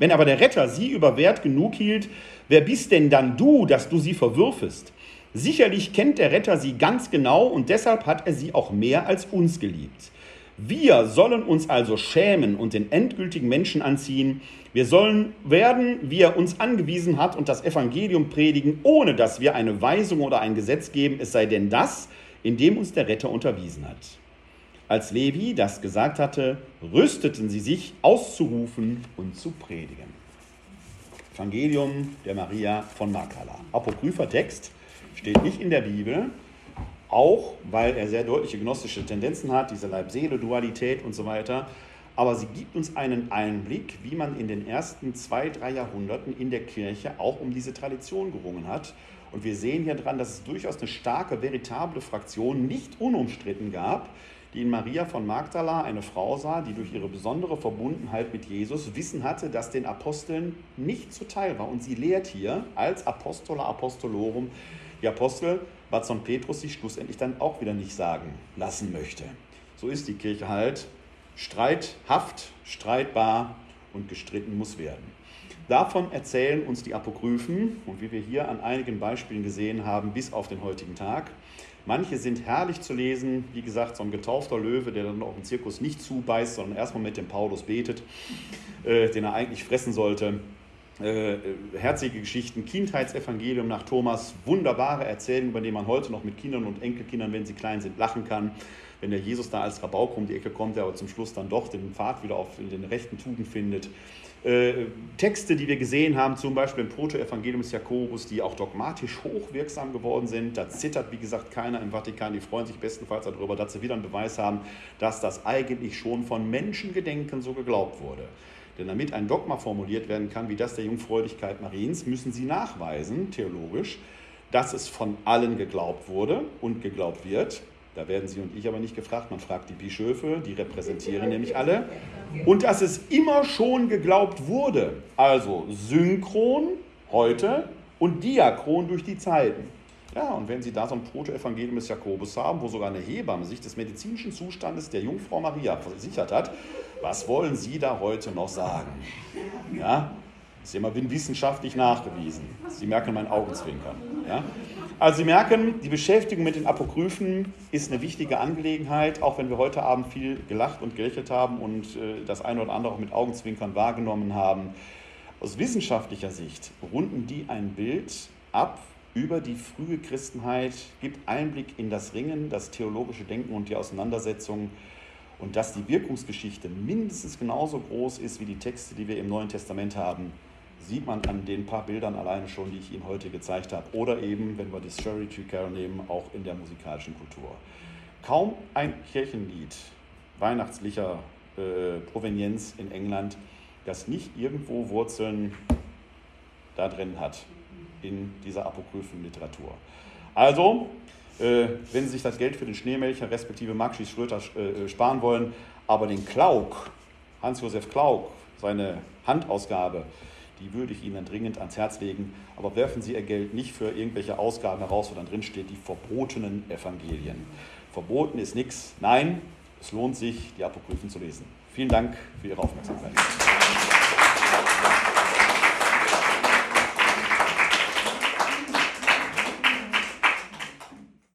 wer bist denn dann du, dass du sie verwürfest? Sicherlich kennt der Retter sie ganz genau und deshalb hat er sie auch mehr als uns geliebt. Wir sollen uns also schämen und den endgültigen Menschen anziehen. Wir sollen werden, wie er uns angewiesen hat und das Evangelium predigen, ohne dass wir eine Weisung oder ein Gesetz geben, es sei denn das, in dem uns der Retter unterwiesen hat. Als Levi das gesagt hatte, rüsteten sie sich, auszurufen und zu predigen. Evangelium der Maria von Magdala. Apokrypher Text, steht nicht in der Bibel, auch weil er sehr deutliche gnostische Tendenzen hat, diese Leib-Seele-Dualität und so weiter. Aber sie gibt uns einen Einblick, wie man in den ersten 2-3 Jahrhunderten in der Kirche auch um diese Tradition gerungen hat. Und wir sehen hier dran, dass es durchaus eine starke, veritable Fraktion, nicht unumstritten gab, die in Maria von Magdala eine Frau sah, die durch ihre besondere Verbundenheit mit Jesus Wissen hatte, das den Aposteln nicht zuteil war. Und sie lehrt hier als Apostola Apostolorum, die Apostel, was von Petrus sich schlussendlich dann auch wieder nicht sagen lassen möchte. So ist die Kirche halt streithaft, streitbar und gestritten muss werden. Davon erzählen uns die Apokryphen und wie wir hier an einigen Beispielen gesehen haben, bis auf den heutigen Tag. Manche sind herrlich zu lesen, wie gesagt, so ein getaufter Löwe, der dann auch im Zirkus nicht zubeißt, sondern erstmal mit dem Paulus betet, den er eigentlich fressen sollte. Herzige Geschichten, Kindheitsevangelium nach Thomas, wunderbare Erzählungen, über die man heute noch mit Kindern und Enkelkindern, wenn sie klein sind, lachen kann. Wenn der Jesus da als Rabauk um die Ecke kommt, der aber zum Schluss dann doch den Pfad wieder auf den rechten Tugend findet. Texte, die wir gesehen haben, zum Beispiel im Protoevangelium des Jakobus, die auch dogmatisch hochwirksam geworden sind. Da zittert, wie gesagt, keiner im Vatikan. Die freuen sich bestenfalls darüber, dass sie wieder einen Beweis haben, dass das eigentlich schon von Menschengedenken so geglaubt wurde. Denn damit ein Dogma formuliert werden kann, wie das der Jungfräulichkeit Mariens, müssen sie nachweisen, theologisch, dass es von allen geglaubt wurde und geglaubt wird. Da werden Sie und ich aber nicht gefragt, man fragt die Bischöfe, die repräsentieren nämlich alle. Und dass es immer schon geglaubt wurde, also synchron heute und diachron durch die Zeiten. Ja, und wenn Sie da so ein Protoevangelium des Jakobus haben, wo sogar eine Hebamme sich des medizinischen Zustandes der Jungfrau Maria versichert hat, was wollen Sie da heute noch sagen? Ja, ist immer wissenschaftlich nachgewiesen. Sie merken mein Augenzwinkern. Ja? Also Sie merken, die Beschäftigung mit den Apokryphen ist eine wichtige Angelegenheit, auch wenn wir heute Abend viel gelacht und gelächelt haben und das eine oder andere auch mit Augenzwinkern wahrgenommen haben. Aus wissenschaftlicher Sicht runden die ein Bild ab über die frühe Christenheit, gibt Einblick in das Ringen, das theologische Denken und die Auseinandersetzung und dass die Wirkungsgeschichte mindestens genauso groß ist wie die Texte, die wir im Neuen Testament haben, sieht man an den paar Bildern alleine schon, die ich Ihnen heute gezeigt habe. Oder eben, wenn wir das Cherry Tree Carol nehmen, auch in der musikalischen Kultur. Kaum ein Kirchenlied weihnachtlicher Provenienz in England, das nicht irgendwo Wurzeln da drin hat, in dieser apokryphen Literatur. Also, wenn Sie sich das Geld für den Schneemelcher respektive Marx Schröter sparen wollen, aber den Klauk, Hans-Josef Klauk, seine Handausgabe, die würde ich Ihnen dringend ans Herz legen. Aber werfen Sie Ihr Geld nicht für irgendwelche Ausgaben heraus, wo dann drin steht, die verbotenen Evangelien. Verboten ist nichts. Nein, es lohnt sich, die Apokryphen zu lesen. Vielen Dank für Ihre Aufmerksamkeit.